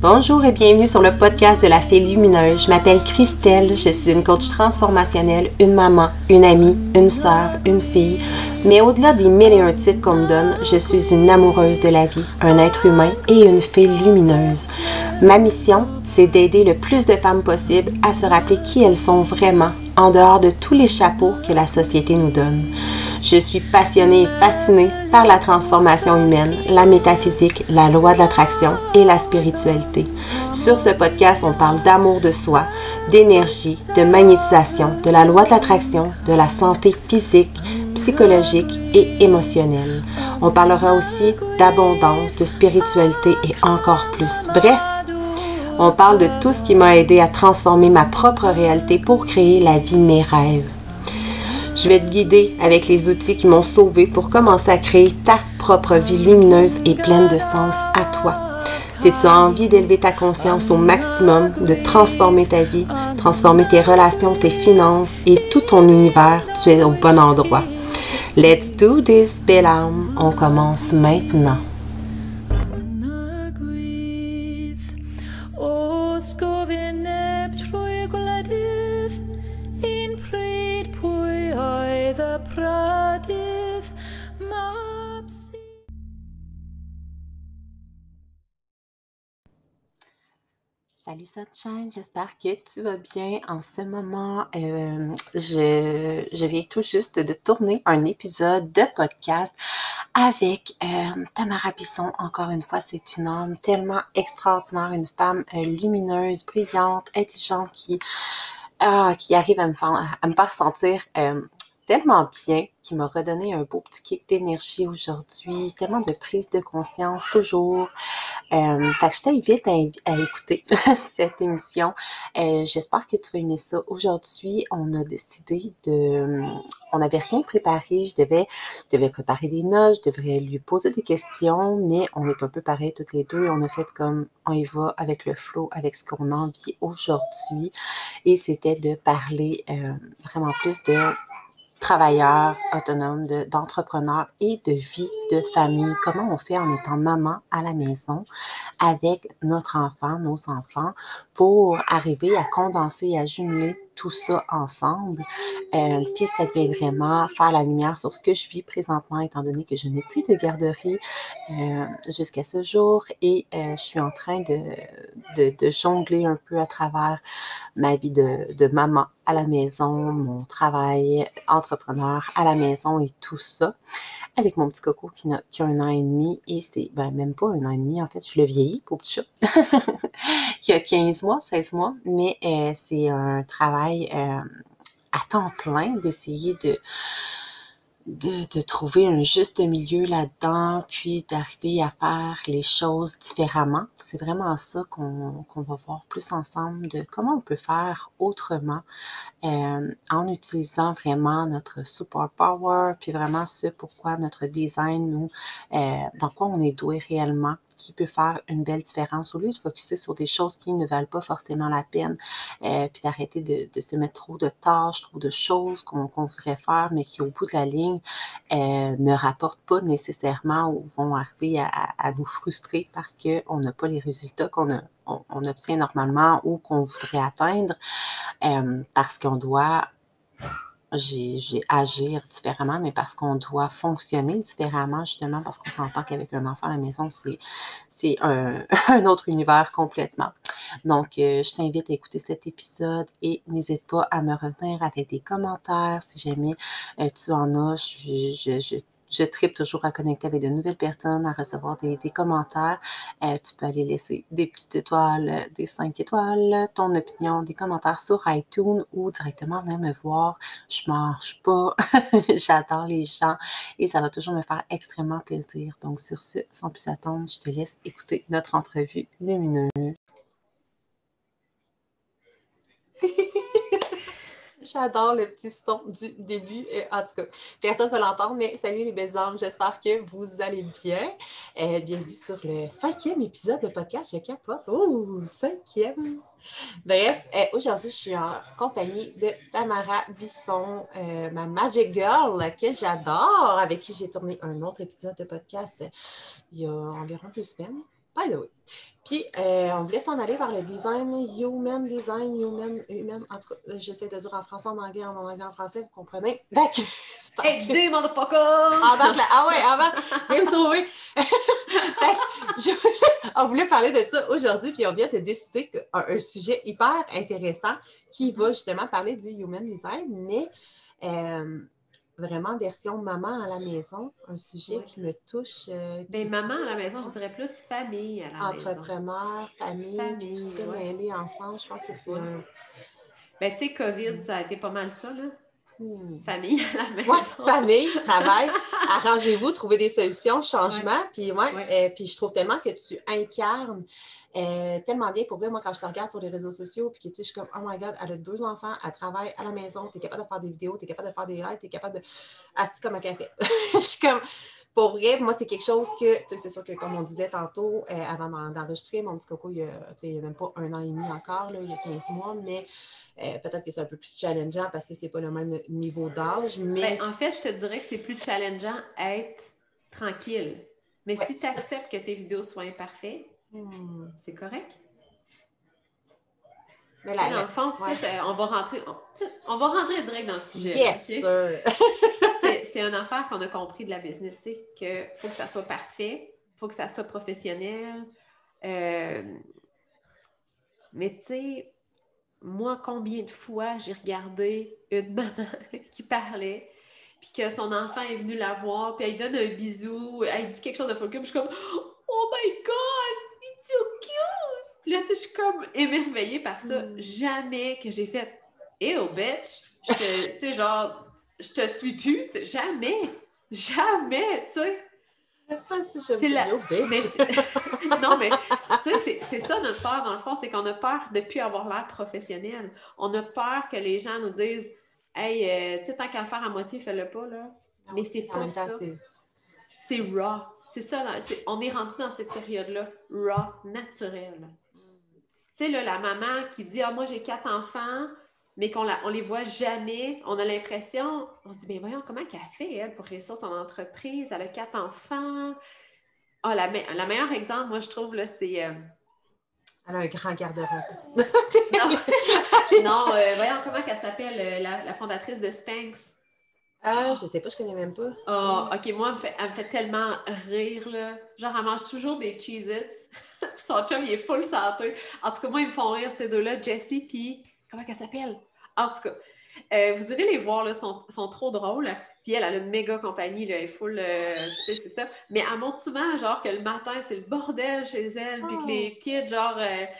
Bonjour et bienvenue sur le podcast de la Fée Lumineuse. Je m'appelle Christelle, je suis une coach transformationnelle, une maman, une amie, une sœur, une fille. Mais au-delà des 1001 titres qu'on me donne, je suis une amoureuse de la vie, un être humain et une fée lumineuse. Ma mission, c'est d'aider le plus de femmes possible à se rappeler qui elles sont vraiment, en dehors de tous les chapeaux que la société nous donne. Je suis passionnée et fascinée par la transformation humaine, la métaphysique, la loi de l'attraction et la spiritualité. Sur ce podcast, on parle d'amour de soi, d'énergie, de magnétisation, de la loi de l'attraction, de la santé physique, psychologique et émotionnelle. On parlera aussi d'abondance, de spiritualité et encore plus. Bref, on parle de tout ce qui m'a aidé à transformer ma propre réalité pour créer la vie de mes rêves. Je vais te guider avec les outils qui m'ont sauvée pour commencer à créer ta propre vie lumineuse et pleine de sens à toi. Si tu as envie d'élever ta conscience au maximum, de transformer ta vie, transformer tes relations, tes finances et tout ton univers, tu es au bon endroit. Let's do this, belle âme. On commence maintenant. Salut Sunshine, j'espère que tu vas bien en ce moment. Je viens tout juste de tourner un épisode de podcast avec Tamara Bisson. Encore une fois, c'est une âme tellement extraordinaire, une femme lumineuse, brillante, intelligente qui arrive à me faire sentir tellement bien, qui m'a redonné un beau petit kick d'énergie aujourd'hui, tellement de prise de conscience toujours. Fait que je t'invite à écouter cette émission. J'espère que tu vas aimer ça. Aujourd'hui, on a décidé on n'avait rien préparé. Je devais préparer des notes, je devrais lui poser des questions, mais on est un peu pareil toutes les deux. On a fait comme on y va avec le flow, avec ce qu'on a envie aujourd'hui. Et c'était de parler vraiment plus de travailleurs autonomes, d'entrepreneurs et de vie de famille. Comment on fait en étant maman à la maison avec notre enfant, nos enfants, pour arriver à condenser et à jumeler tout ça ensemble. Puis ça vient vraiment faire la lumière sur ce que je vis présentement, étant donné que je n'ai plus de garderie jusqu'à ce jour et je suis en train de jongler un peu à travers ma vie de maman à la maison, mon travail entrepreneur à la maison et tout ça, avec mon petit coco qui a 1 an et demi et c'est même pas 1 an et demi, en fait, je le vieillis, pauvre petit chat, qui a 15 mois, 16 mois, mais c'est un travail à temps plein d'essayer de trouver un juste milieu là-dedans, puis d'arriver à faire les choses différemment. C'est vraiment ça qu'on va voir plus ensemble, de comment on peut faire autrement en utilisant vraiment notre super power, puis vraiment ce pourquoi notre design, dans quoi on est doué réellement, qui peut faire une belle différence au lieu de focuser sur des choses qui ne valent pas forcément la peine, puis d'arrêter de se mettre trop de tâches, trop de choses qu'on voudrait faire, mais qui au bout de la ligne ne rapportent pas nécessairement ou vont arriver à nous frustrer parce qu'on n'a pas les résultats on obtient normalement ou qu'on voudrait atteindre parce qu'on doit agir différemment, mais parce qu'on doit fonctionner différemment, justement, parce qu'on s'entend qu'avec un enfant à la maison, c'est un autre univers complètement. Donc, je t'invite à écouter cet épisode et n'hésite pas à me revenir avec des commentaires si jamais tu en as. Je tripe toujours à connecter avec de nouvelles personnes, à recevoir des commentaires. Tu peux aller laisser des petites étoiles, des 5 étoiles, ton opinion, des commentaires sur iTunes ou directement venir me voir. Je marche pas. J'adore les gens et ça va toujours me faire extrêmement plaisir. Donc, sur ce, sans plus attendre, je te laisse écouter notre entrevue lumineuse. J'adore le petit son du début. En tout cas, personne ne peut l'entendre, mais salut les belles âmes, j'espère que vous allez bien. Bienvenue sur le 5e épisode de podcast, je capote. Oh, 5e! Bref, aujourd'hui, je suis en compagnie de Tamara Bisson, ma Magic Girl, que j'adore, avec qui j'ai tourné un autre épisode de podcast il y a environ 2 semaines. By the way. Puis, on voulait s'en aller vers le design, human, en tout cas, j'essaie de dire en français, en anglais, en français, vous comprenez? HD, motherfucker! Avant, viens me sauver! On voulait parler de ça aujourd'hui, puis on vient de décider un sujet hyper intéressant qui va justement parler du human design, mais vraiment version maman à la maison, un sujet qui me touche. Maman à la maison, je dirais plus famille à la maison. Entrepreneur, famille, puis tout ça mêlé ensemble, je pense que c'est un... Ben, tu sais, COVID, ça a été pas mal ça, là. Famille à la maison. Famille, travail, arrangez-vous, trouvez des solutions, changement, puis puis je trouve tellement que tu incarnes tellement bien pour vrai. Moi, quand je te regarde sur les réseaux sociaux, puis que tu sais, je suis comme, oh my God, elle a 2 enfants, elle travaille à la maison, t'es capable de faire des vidéos, t'es capable de faire des lives, t'es capable de... Asti comme un café. Je suis comme... Pour vrai, moi, c'est quelque chose que, tu sais, c'est sûr que, comme on disait tantôt, avant d'enregistrer, mon petit coco, il y a même pas 1 an et demi encore, là, il y a 15 mois, mais peut-être que c'est un peu plus challengeant parce que c'est pas le même niveau d'âge, mais... En fait, je te dirais que c'est plus challengeant être tranquille. Mais si tu acceptes que tes vidéos soient imparfaites, c'est correct. Mais là, dans le fond, on va rentrer direct dans le sujet. Yes, sir! C'est une affaire qu'on a compris de la business, tu sais, qu'il faut que ça soit parfait, il faut que ça soit professionnel. Mais tu sais, moi, combien de fois j'ai regardé une maman qui parlait, puis que son enfant est venu la voir, puis elle donne un bisou, elle dit quelque chose de full cute, puis je suis comme « Oh my God! It's so cute! » Puis là, tu sais, je suis comme émerveillée par ça. Jamais que j'ai fait « Ew, bitch! » Tu sais, genre, je te suis plus, tu sais, jamais, tu sais. Non, mais tu sais, c'est ça notre peur, dans le fond, c'est qu'on a peur de ne plus avoir l'air professionnel. On a peur que les gens nous disent « Hey, tu sais, tant qu'à le faire à moitié, fais-le pas, là. » Mais c'est pas ça. C'est raw. C'est ça, là, on est rendu dans cette période-là, raw, naturel. Tu sais, là, la maman qui dit « Ah, moi, j'ai 4 enfants », mais on les voit jamais, on a l'impression, on se dit « Mais voyons, comment qu'elle fait, elle, pour réussir son entreprise? Elle a 4 enfants. » Ah, la meilleure exemple, moi, je trouve, là, c'est... Elle a un grand garde-robe. Non, voyons comment elle s'appelle, la fondatrice de Spanx. Je sais pas, je connais même pas. Oh, OK, moi, elle me fait tellement rire, là. Genre, elle mange toujours des Cheez-Its. Son chum, il est full santé. En tout cas, moi, ils me font rire, ces deux-là, Jessie, puis... Comment elle s'appelle? En tout cas, vous irez les voir, là, sont trop drôles. Puis elle a une méga compagnie, là, elle est full, tu sais, c'est ça. Mais elle montre souvent, genre, que le matin, c'est le bordel chez elle, puis que les kids, genre,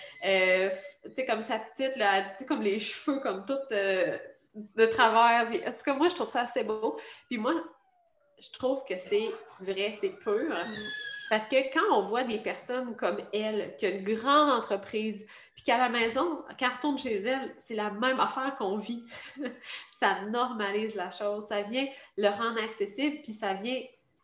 tu sais, comme sa petite, là, tu sais, comme les cheveux, comme toutes de travers. Puis, en tout cas, moi, je trouve ça assez beau. Puis moi, je trouve que c'est vrai, c'est pur. Parce que quand on voit des personnes comme elle, qui a une grande entreprise, puis qu'à la maison, quand elle retourne chez elle, c'est la même affaire qu'on vit. Ça normalise la chose, ça vient le rendre accessible, puis ça vient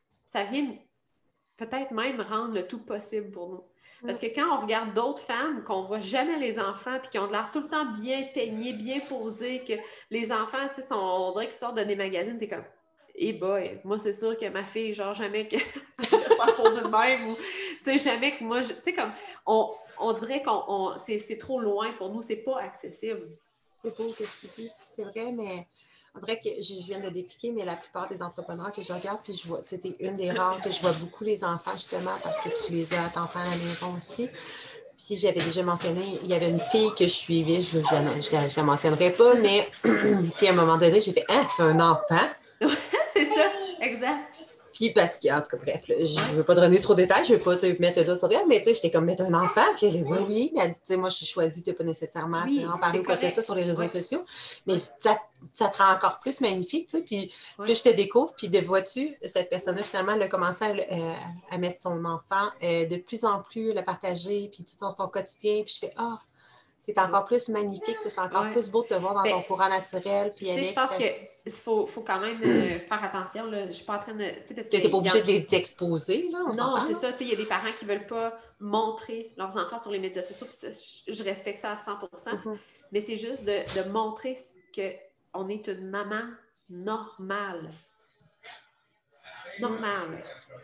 peut-être même rendre le tout possible pour nous. Parce que quand on regarde d'autres femmes, qu'on voit jamais les enfants, puis qui ont l'air tout le temps bien peignés, bien posés, que les enfants, tu sais, on dirait qu'ils sortent de des magazines, t'es comme... Eh boy, moi, c'est sûr que ma fille, genre, jamais que je vais faire poser de même ou, tu sais, jamais que moi, tu sais, comme, on dirait qu'on, c'est trop loin pour nous, c'est pas accessible. C'est beau ce que tu dis, c'est vrai, mais on dirait que je viens de l'expliquer, mais la plupart des entrepreneurs que je regarde, puis je vois, c'était une des rares que je vois beaucoup les enfants, justement, parce que tu les as à temps plein à la maison aussi. Puis j'avais déjà mentionné, il y avait une fille que je suivais, je ne la mentionnerai pas, mais puis à un moment donné, j'ai fait « Ah, c'est un enfant! » C'est ça, exact. Puis parce que, en tout cas, bref, là, je veux pas te donner trop de détails, je veux pas mettre le dos sur elle, mais tu sais, j'étais comme mettre un enfant, puis elle dit oui, mais elle dit, tu sais, moi, je choisis de pas nécessairement en parler ou quoi que ce soit sur les réseaux sociaux, mais ça te rend encore plus magnifique, tu sais, puis plus je te découvre, puis de vois-tu, cette personne-là, finalement, elle a commencé à mettre son enfant de plus en plus, le partager, puis tu sais, dans son quotidien, puis je fais, c'est encore plus magnifique, c'est encore plus beau de te voir dans ton courant naturel. Puis je pense qu'il faut quand même faire attention. Là. Je suis pas en train de. Tu n'es pas obligé de les exposer. Là, non, c'est ça. Il y a des parents qui ne veulent pas montrer leurs enfants sur les médias sociaux. Puis je respecte ça à 100%. Mais c'est juste de montrer qu'on est une maman normale. Normale.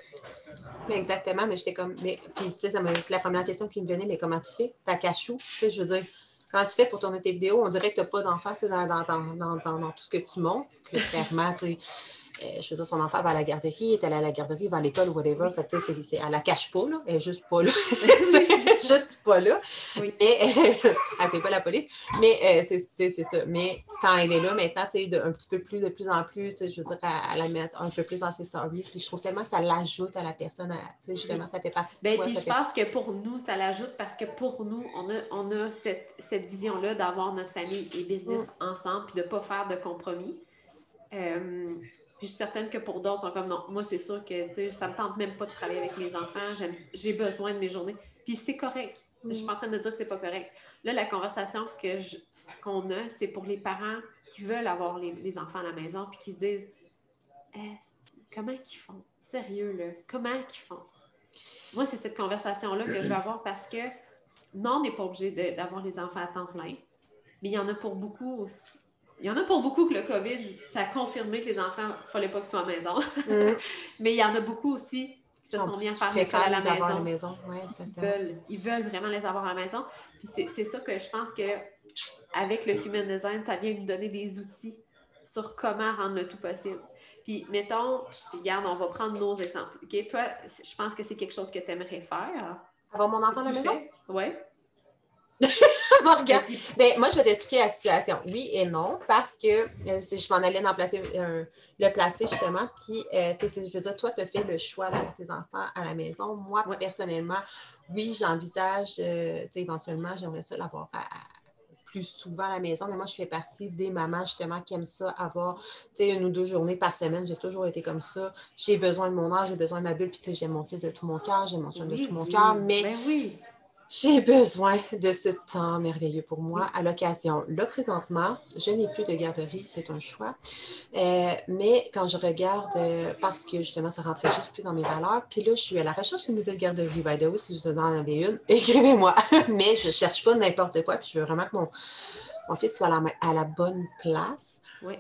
Mais exactement, mais j'étais comme, mais, puis tu sais, c'est la première question qui me venait, mais comment tu fais? T'as cachou? Tu sais, je veux dire, comment tu fais pour tourner tes vidéos? On dirait que t'as pas d'enfant, c'est dans tout ce que tu montres. Clairement, tu sais, je veux dire, son enfant va à la garderie, est allé à la garderie, va à l'école ou whatever. Oui. Fait que, tu sais, elle la cache pas, là. Elle est juste pas là. Oui, c'est ça. Juste pas là. Oui. Mais, appelez pas la police. Mais, c'est ça. Mais quand elle est là, maintenant, tu sais, un petit peu plus, de plus en plus, tu sais, je veux dire, elle la met un peu plus dans ses stories. Puis je trouve tellement que ça l'ajoute à la personne. Tu sais, justement, Oui. ça fait partie de Ben, toi. puis Ça je fait... pense que pour nous, ça l'ajoute parce que pour nous, on a cette vision-là d'avoir notre famille et business ensemble puis de ne pas faire de compromis. Puis je suis certaine que pour d'autres, sont comme non, moi c'est sûr que tu sais, ça me tente même pas de travailler avec mes enfants, j'ai besoin de mes journées. Puis c'est correct. Je suis pas en train de dire que c'est pas correct. Là, la conversation qu'on a, c'est pour les parents qui veulent avoir les enfants à la maison puis qui se disent comment qu'ils font? Sérieux, là, comment qu'ils font? Moi, c'est cette conversation-là que je veux avoir parce que non, on n'est pas obligé d'avoir les enfants à temps plein, mais il y en a pour beaucoup aussi. Il y en a pour beaucoup que le COVID, ça a confirmé que les enfants, il ne fallait pas qu'ils soient à la maison. Mais il y en a beaucoup aussi qui se sont mis à Qui faire l'école préfèrent à la les avoir à la maison. maison. Oui, Ils exactement. veulent, ils veulent vraiment les avoir à la maison. Puis c'est ça que je pense que avec le Human Design, ça vient nous donner des outils sur comment rendre le tout possible. Puis, mettons, regarde, on va prendre nos exemples. OK? Toi, je pense que c'est quelque chose que tu aimerais faire. Avoir mon enfant à Que la tu maison? fais. Oui. Morgane. Ben, moi, je vais t'expliquer la situation. Oui et non, parce que je m'en allais le placer justement. Puis, je veux dire, toi, tu as fait le choix d'avoir tes enfants à la maison. Moi, Ouais. personnellement, oui, j'envisage, éventuellement, j'aimerais ça l'avoir plus souvent à la maison, mais moi, je fais partie des mamans, justement, qui aiment ça, avoir, une ou deux journées par semaine. J'ai toujours été comme ça. J'ai besoin de mon âge, j'ai besoin de ma bulle, puis, j'aime mon fils de tout mon cœur, j'aime mon chum de tout mon cœur, Oui. mais Ben oui. j'ai besoin de ce temps merveilleux pour moi Oui. à l'occasion. Là, présentement, je n'ai plus de garderie, c'est un choix. Mais quand je regarde, parce que justement, ça rentrait juste plus dans mes valeurs, puis là, je suis à la recherche d'une nouvelle garderie. By the way, si vous en avez une, écrivez-moi. Mais je ne cherche pas n'importe quoi, puis je veux vraiment que mon fils soit à la bonne place. Oui.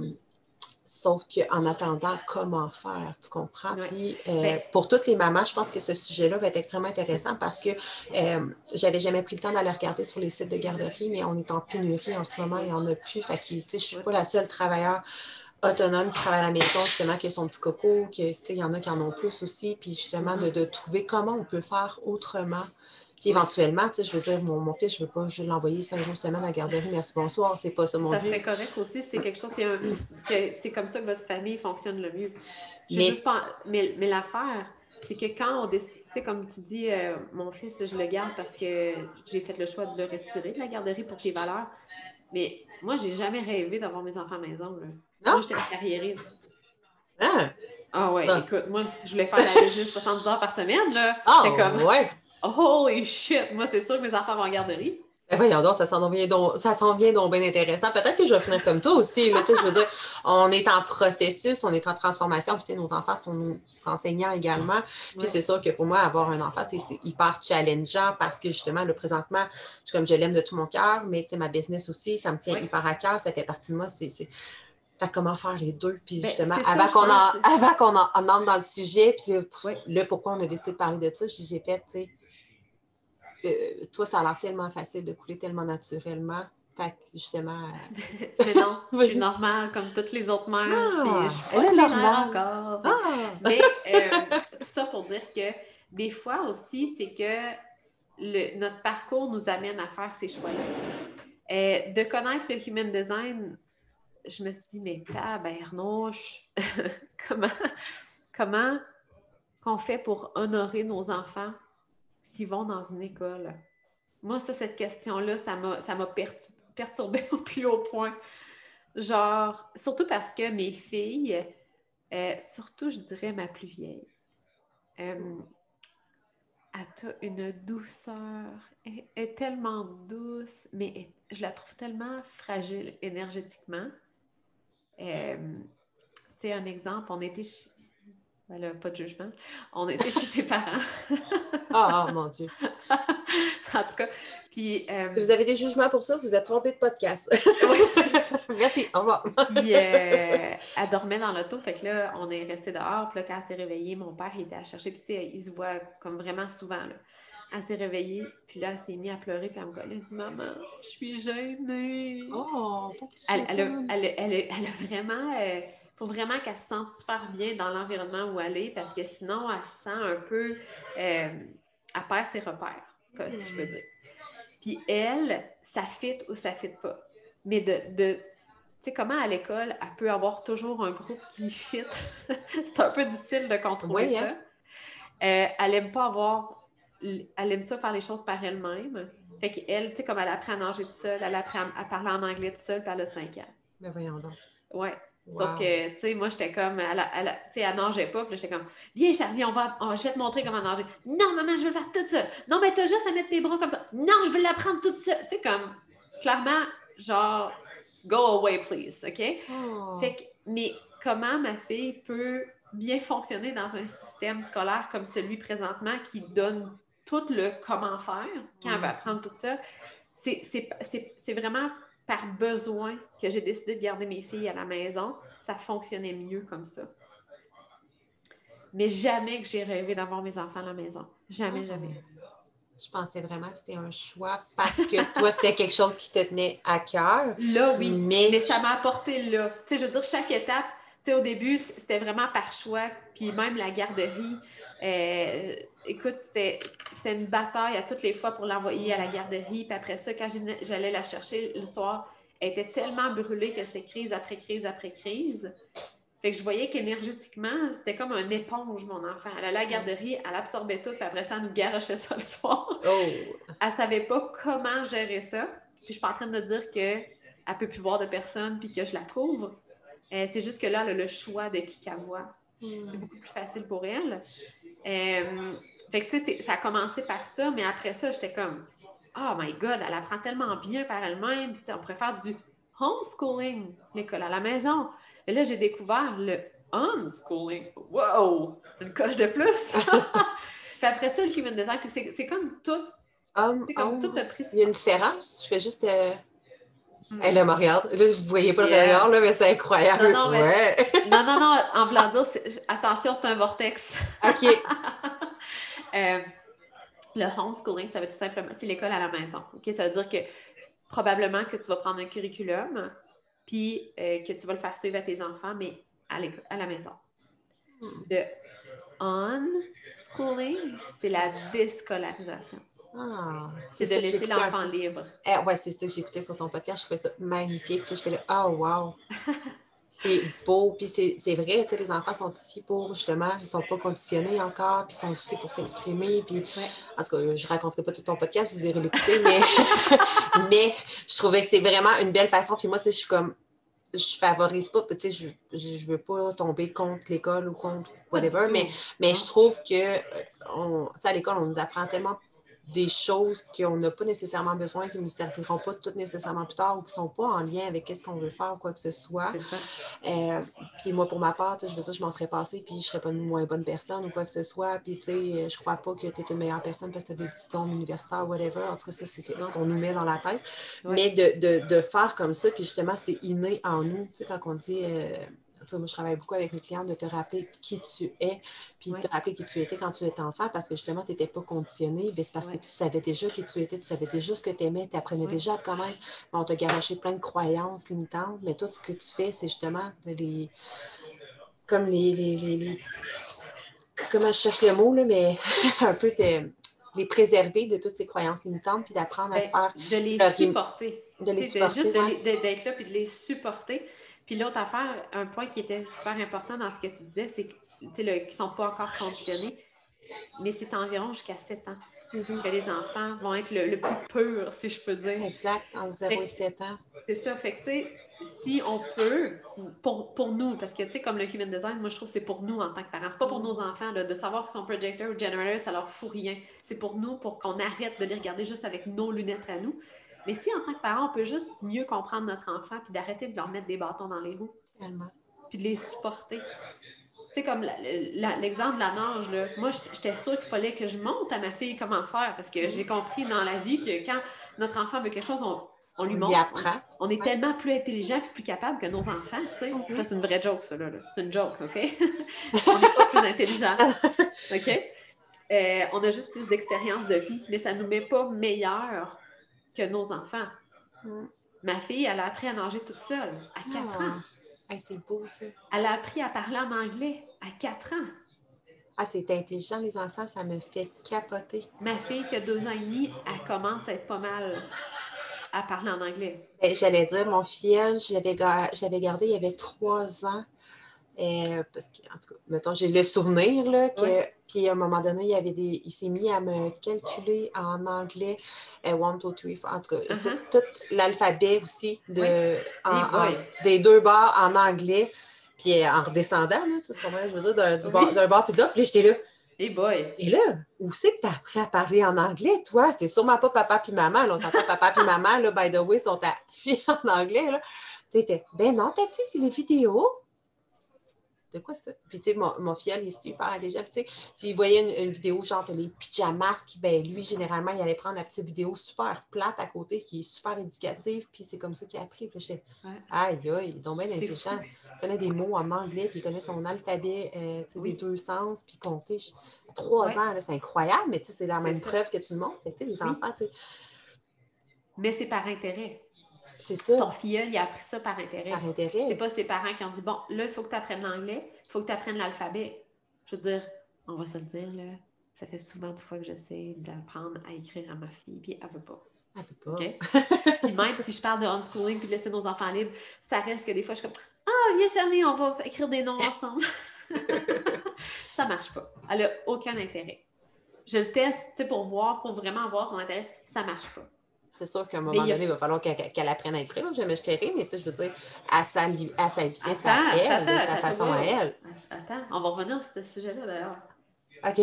Sauf qu'en attendant, comment faire, tu comprends? Oui. Puis Ben, pour toutes les mamans, je pense que ce sujet-là va être extrêmement intéressant parce que j'avais jamais pris le temps d'aller regarder sur les sites de garderie, mais on est en pénurie en ce moment et on n'a plus. Fait que, je suis pas la seule travailleur autonome qui travaille à la maison, justement, qui a son petit coco, il y en a qui en ont plus aussi, puis justement, de trouver comment on peut faire autrement. Puis éventuellement, je veux dire, mon fils, je ne veux pas juste l'envoyer 5 jours semaine à la garderie, merci, bonsoir, c'est pas ça mon ça but. serait correct aussi, c'est quelque chose, c'est comme ça que votre famille fonctionne le mieux. Je suis Mais juste pas. Mais l'affaire, c'est que quand on décide, tu sais, comme tu dis, mon fils, je le garde parce que j'ai fait le choix de le retirer de la garderie pour tes valeurs. Mais moi, j'ai jamais rêvé d'avoir mes enfants à la maison, là. non? Moi, j'étais une carriériste. Ah, Ah ouais, ça. écoute, moi, je voulais faire de la business 70 heures par semaine, là. Ah, J'étais comme, ouais. holy shit, moi, c'est sûr que mes enfants vont en garderie. Ben voyons donc, ça s'en vient donc bien intéressant. Peut-être que je vais finir comme toi aussi. Là, je veux dire, on est en processus, on est en transformation, puis nos enfants sont nos enseignants également. Puis Ouais. c'est sûr que pour moi, avoir un enfant, c'est hyper challengeant parce que justement, là, présentement, comme je l'aime de tout mon cœur, mais ma business aussi, ça me tient Ouais. hyper à cœur, ça fait partie de moi. Fait comment faire les deux. Puis Ben, justement, c'est ça, je pense. avant qu'on en entre dans le sujet, puis Ouais. là, pourquoi on a décidé de parler de ça, j'ai fait, tu sais, toi, ça a l'air tellement facile de couler tellement naturellement. Fait que justement, Mais non, je suis vas-y. normale comme toutes les autres mères, puis je Ah, suis elle pas est millénaire normale. encore. Ah! Mais tout ça pour dire que des fois aussi, c'est que notre parcours nous amène à faire ces choix-là. De connaître le Human Design, je me suis dit, mais tabarnouche, comment, comment qu'on fait pour honorer nos enfants s'ils vont dans une école? Moi, cette question-là, ça m'a perturbée au plus haut point. Genre, surtout parce que mes filles, surtout, je dirais ma plus vieille, elle a une douceur, elle est tellement douce, mais je la trouve tellement fragile énergétiquement. Tu sais, un exemple, Ben là, pas de jugement. On était chez mes parents. Ah, mon Dieu. En tout cas, puis... Si vous avez des jugements pour ça, vous êtes trompé de podcast. Oui, c'est ça. Merci, au revoir. Puis elle dormait dans l'auto, fait que là, on est resté dehors. Puis là, quand elle s'est réveillée, mon père, il était à chercher. Puis tu sais, il se voit comme vraiment souvent, là. Elle s'est réveillée, puis là, elle s'est mise à pleurer, puis elle me collait. Elle dit « Maman, je suis gênée. » Oh, pauvre petite Elle chatonne. a vraiment... faut vraiment qu'elle se sente super bien dans l'environnement où elle est, parce que sinon, elle se sent un peu... elle perd ses repères, si je peux dire. Puis elle, ça fit ou ça fit pas. Mais tu sais, comment à l'école, elle peut avoir toujours un groupe qui fit. C'est un peu difficile de contrôler Oui, ça. hein? Elle aime pas avoir... Elle aime ça faire les choses par elle-même. Fait qu'elle, tu sais, comme elle apprend à nager toute seule, elle apprend à parler en anglais toute seule, puis elle a 5 ans. Mais voyons donc. Ouais. Wow. Sauf que, tu sais, moi, j'étais comme... tu sais, elle nageait pas, puis j'étais comme... Viens, Charlie, je vais te montrer comment nager. Non, maman, je veux faire tout ça. Non, mais t'as juste à mettre tes bras comme ça. Non, je veux l'apprendre toute ça. Tu sais, comme... Clairement, genre... Go away, please, OK? Oh. Fait que... Mais comment ma fille peut bien fonctionner dans un système scolaire comme celui présentement qui donne tout le comment faire quand elle va apprendre tout ça? C'est vraiment... par besoin que j'ai décidé de garder mes filles à la maison. Ça fonctionnait mieux comme ça. Mais jamais que j'ai rêvé d'avoir mes enfants à la maison. Jamais, jamais. Je pensais vraiment que c'était un choix parce que toi, c'était quelque chose qui te tenait à cœur. Là, oui. Mais ça m'a apporté là. Tu sais, je veux dire, chaque étape, tu sais, au début, c'était vraiment par choix. Puis même la garderie, écoute, c'était une bataille à toutes les fois pour l'envoyer à la garderie. Puis après ça, quand j'allais la chercher le soir, elle était tellement brûlée que c'était crise après crise après crise. Fait que je voyais qu'énergétiquement, c'était comme un éponge, mon enfant. Elle allait à la garderie, elle absorbait tout, puis après ça, elle nous garochait ça le soir. Oh. Elle savait pas comment gérer ça. Puis je suis pas en train de dire qu'elle peut plus voir de personne puis que je la couvre. C'est juste que là, elle a le choix de qui qu'elle voit. C'est beaucoup plus facile pour elle. Fait que tu sais, ça a commencé par ça, mais après ça, j'étais comme « Oh my God, elle apprend tellement bien par elle-même. » Puis on pourrait faire du homeschooling, l'école à la maison. Et là, j'ai découvert le unschooling. Wow! C'est une coche de plus! Puis après ça, le human design, c'est comme tout. C'est comme tout a pris. Il y a une différence. Je fais juste... Elle me regarde. Là, vous voyez pas le regard, là, mais c'est incroyable. Non, non, en voulant dire, attention, c'est un vortex. OK. Le homeschooling, ça veut tout simplement... C'est l'école à la maison. Okay? Ça veut dire que probablement que tu vas prendre un curriculum puis que tu vas le faire suivre à tes enfants, mais à la maison. Le unschooling, c'est la déscolarisation. Ah, c'est de laisser l'enfant libre. Oui, c'est ça que j'écoutais sur ton podcast. Je trouvais ça magnifique. J'étais là, oh, wow! C'est beau. Puis c'est vrai, tu sais, les enfants sont ici pour, justement, ils ne sont pas conditionnés encore, puis ils sont ici pour s'exprimer. Puis, en tout cas, je ne raconterai pas tout ton podcast, vous irez l'écouter, mais je trouvais que c'est vraiment une belle façon. Puis moi, tu sais, je suis comme, je favorise pas, tu sais, je veux pas tomber contre l'école ou contre whatever, mais je trouve que, à l'école, on nous apprend tellement des choses qu'on n'a pas nécessairement besoin, qui ne nous serviront pas toutes nécessairement plus tard ou qui ne sont pas en lien avec ce qu'on veut faire ou quoi que ce soit. Puis moi, pour ma part, je veux dire, je m'en serais passée puis je ne serais pas une moins bonne personne ou quoi que ce soit. Puis, tu sais, je crois pas que tu es une meilleure personne parce que tu as des diplômes universitaires, whatever. En tout cas, ça, c'est ce qu'on nous met dans la tête. Mais de faire comme ça, puis justement, c'est inné en nous. Tu sais, quand on dit... moi, je travaille beaucoup avec mes clientes de te rappeler qui tu es, puis de te rappeler qui tu étais quand tu étais enfant, parce que justement, tu n'étais pas conditionné, mais c'est parce que tu savais déjà qui tu étais, tu savais déjà ce que tu aimais, tu apprenais déjà à te connaître. On t'a garoché plein de croyances limitantes, mais toi, ce que tu fais, c'est justement de comme comment je cherche le mot, là, mais un peu les préserver de toutes ces croyances limitantes, puis d'apprendre à se faire... De les supporter. De les supporter, juste d'être là, puis de les supporter. Puis l'autre affaire, un point qui était super important dans ce que tu disais, c'est qu'ils ne sont pas encore conditionnés, mais c'est environ jusqu'à 7 ans que les enfants vont être le plus pur, si je peux dire. Exact, entre 0 et 7 ans. C'est ça, fait que tu sais, si on peut, pour nous, parce que tu sais, comme le human design, moi je trouve que c'est pour nous en tant que parents, c'est pas pour nos enfants, là, de savoir qu'ils sont projecteurs ou generators, ça leur fout rien. C'est pour nous, pour qu'on arrête de les regarder juste avec nos lunettes à nous. Mais si en tant que parents, on peut juste mieux comprendre notre enfant puis d'arrêter de leur mettre des bâtons dans les roues. Tellement. Puis de les supporter. sais, comme l'exemple de la nage, là, moi, j'étais sûre qu'il fallait que je montre à ma fille comment faire parce que j'ai compris dans la vie que quand notre enfant veut quelque chose, on lui On lui montre. apprend. On est tellement plus intelligent et plus capable que nos enfants, tu sais. Ça, c'est une vraie joke, ça, là. C'est une joke, OK? On n'est pas plus intelligent, OK? On a juste plus d'expérience de vie, mais ça ne nous met pas meilleurs que nos enfants. Ma fille, elle a appris à nager toute seule à 4 ans. Hey, c'est beau, ça. Elle a appris à parler en anglais à 4 ans. Ah, c'est intelligent, les enfants, ça me fait capoter. Ma fille, qui a 2 ans et demi, elle commence à être pas mal à parler en anglais. Ben, j'allais dire, mon fiel, je l'avais gardé il y avait 3 ans. Parce que, en tout cas, mettons, j'ai le souvenir, là, que, puis à un moment donné, il s'est mis à me calculer en anglais, 1, 2, 3, 4, en tout cas, tout l'alphabet aussi, des 2 bords en anglais, puis en redescendant, là, tu sais comment je veux dire, d'un bord puis de l'autre, puis j'étais là. Hey boy! Et là, où c'est que tu as appris à parler en anglais, toi? C'est sûrement pas papa puis maman, là, on s'entend, papa puis maman, là, by the way, sont affichés en anglais, là. Tu sais, ben non, Tati, c'est les vidéos. De quoi ça? Puis, tu sais, mon filleul, il est super intelligent. Puis, tu sais, s'il voyait une vidéo, genre, les pyjamas, ben lui, généralement, il allait prendre la petite vidéo super plate à côté, qui est super éducative, puis c'est comme ça qu'il a appris. Puis, j'étais, aïe, aïe, il est donc bien intelligent. Il connaît des mots en anglais, puis il connaît son alphabet, tu sais, des 2 sens, puis compter. 3 ans, là, c'est incroyable, mais tu sais, c'est la même preuve que tu le montres. Fait que, tu sais, les enfants, tu sais. Mais c'est par intérêt. C'est ça. Ton filleul, il a appris ça par intérêt. Par intérêt. C'est pas ses parents qui ont dit, bon, là, il faut que tu apprennes l'anglais, il faut que tu apprennes l'alphabet. Je veux dire, on va se le dire, là, ça fait souvent de fois que j'essaie d'apprendre à écrire à ma fille, puis elle veut pas. Elle veut pas. Okay? Puis même si je parle de homeschooling puis de laisser nos enfants libres, ça reste que des fois, je suis comme, ah, viens, Charlie, on va écrire des noms ensemble. Ça marche pas. Elle a aucun intérêt. Je le teste, tu sais, pour vraiment voir son intérêt. Ça marche pas. C'est sûr qu'à un moment donné, il va falloir qu'elle apprenne à écrire. Je m'exciterai, mais tu sais, je veux dire, à sa vitesse à elle, de sa façon à elle. Attends, on va revenir sur ce sujet-là, d'ailleurs. OK.